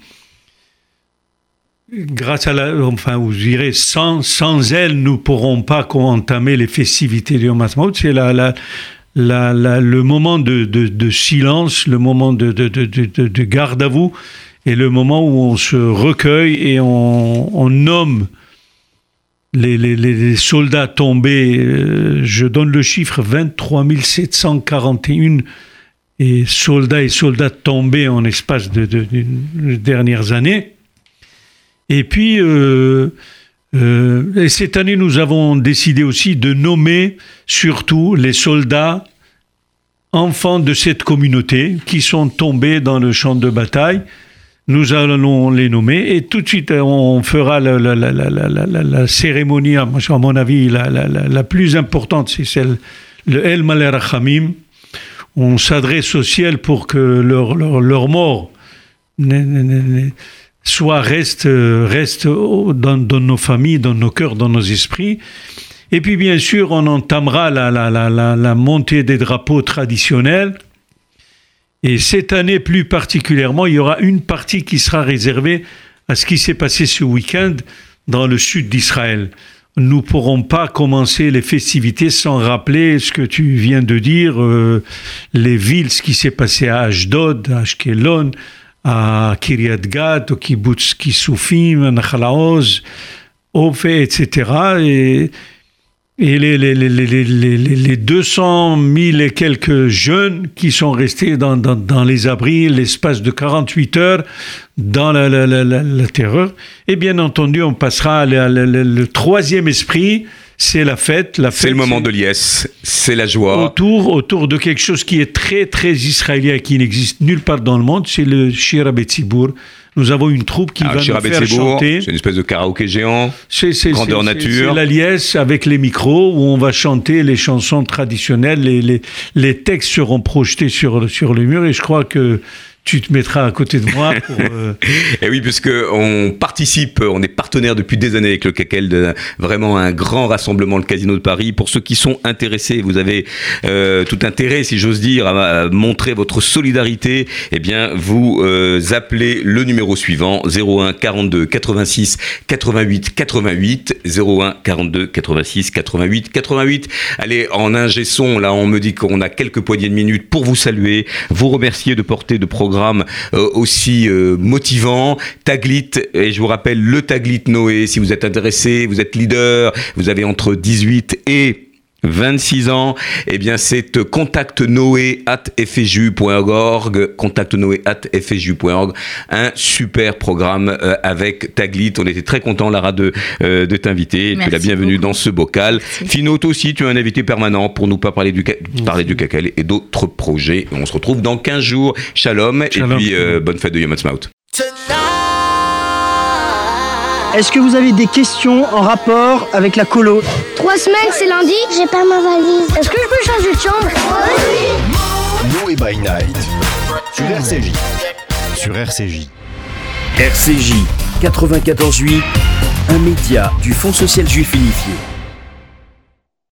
grâce à la, enfin, vous direz, sans, sans elle, nous ne pourrons pas entamer les festivités du Yom Ha'atzmaut. C'est la, la, la, la, le moment de, de, de silence, le moment de, de, de, de, de garde à vous, et le moment où on se recueille et on, on nomme Les, les, les soldats tombés, euh, je donne le chiffre vingt-trois mille sept cent quarante et un et soldats et soldates tombés en espace de, de, de, de dernières années. Et puis, euh, euh, et cette année, nous avons décidé aussi de nommer surtout les soldats enfants de cette communauté qui sont tombés dans le champ de bataille. Nous allons les nommer et tout de suite on fera la, la, la, la, la, la, la cérémonie, à mon avis, la, la, la, la plus importante, c'est celle, le El Maleh Rachamim. On s'adresse au ciel pour que leur, leur, leur mort ne, ne, ne, soit reste, reste dans, dans nos familles, dans nos cœurs, dans nos esprits. Et puis bien sûr, on entamera la, la, la, la, la montée des drapeaux traditionnels. Et cette année, plus particulièrement, il y aura une partie qui sera réservée à ce qui s'est passé ce week-end dans le sud d'Israël. Nous ne pourrons pas commencer les festivités sans rappeler ce que tu viens de dire, euh, les villes, ce qui s'est passé à Ashdod, à Ashkelon, à Kiryat Gat, au kibbutz Kisufim, à Nachal Oz, au fait, et cetera. Et Et les, les, les, les, les, les deux cent mille et quelques jeunes qui sont restés dans, dans, dans les abris l'espace de quarante-huit heures dans la, la, la, la, la terreur. Et bien entendu, on passera le, le, le, le troisième esprit, c'est la fête. La fête c'est le moment c'est de liesse, c'est la joie. Autour, autour de quelque chose qui est très, très israélien, qui n'existe nulle part dans le monde, c'est le Shira Betsibour. Nous avons une troupe qui Alors, va nous faire chanter. C'est une espèce de karaoké géant, c'est, c'est, grandeur c'est, nature. C'est la liesse avec les micros où on va chanter les chansons traditionnelles. Les, les, les textes seront projetés sur, sur le mur et je crois que tu te mettras à côté de moi pour... Euh... Et oui, puisque on participe, on est partenaire depuis des années avec le C A C L de vraiment un grand rassemblement, le Casino de Paris. Pour ceux qui sont intéressés, vous avez euh, tout intérêt, si j'ose dire, à, à montrer votre solidarité, eh bien, vous euh, appelez le numéro suivant, zéro un quarante-deux quatre-vingt-six quatre-vingt-huit quatre-vingt-huit, zéro un quarante-deux quatre-vingt-six quatre-vingt-huit quatre-vingt-huit. Allez, en ingé son, là, on me dit qu'on a quelques poignées de minutes pour vous saluer, vous remercier de porter de programme euh, aussi euh, motivant. Taglit, et je vous rappelle le Taglit Noé, si vous êtes intéressé, vous êtes leader, vous avez entre dix-huit et vingt-six ans, eh bien c'est contactnoé arobase f s j u point org, contactnoé arobase f s j u point org, un super programme euh, avec Taglit. On était très contents, Lara, de, euh, de t'inviter. Tu es la bienvenue beaucoup dans ce bocal. Fino, toi aussi, tu es un invité permanent pour nous parler du, parler du C A C L et d'autres projets. On se retrouve dans quinze jours. Shalom, Shalom. Et puis euh, bonne fête de Yom Ha'atzmaut. Est-ce que vous avez des questions en rapport avec la colo? Trois semaines, c'est lundi. J'ai pas ma valise. Est-ce que je peux changer de chambre? Noé by Night sur R C J. Sur R C J. R C J quatre-vingt-quatorze huit, un média du Fonds social juif unifié.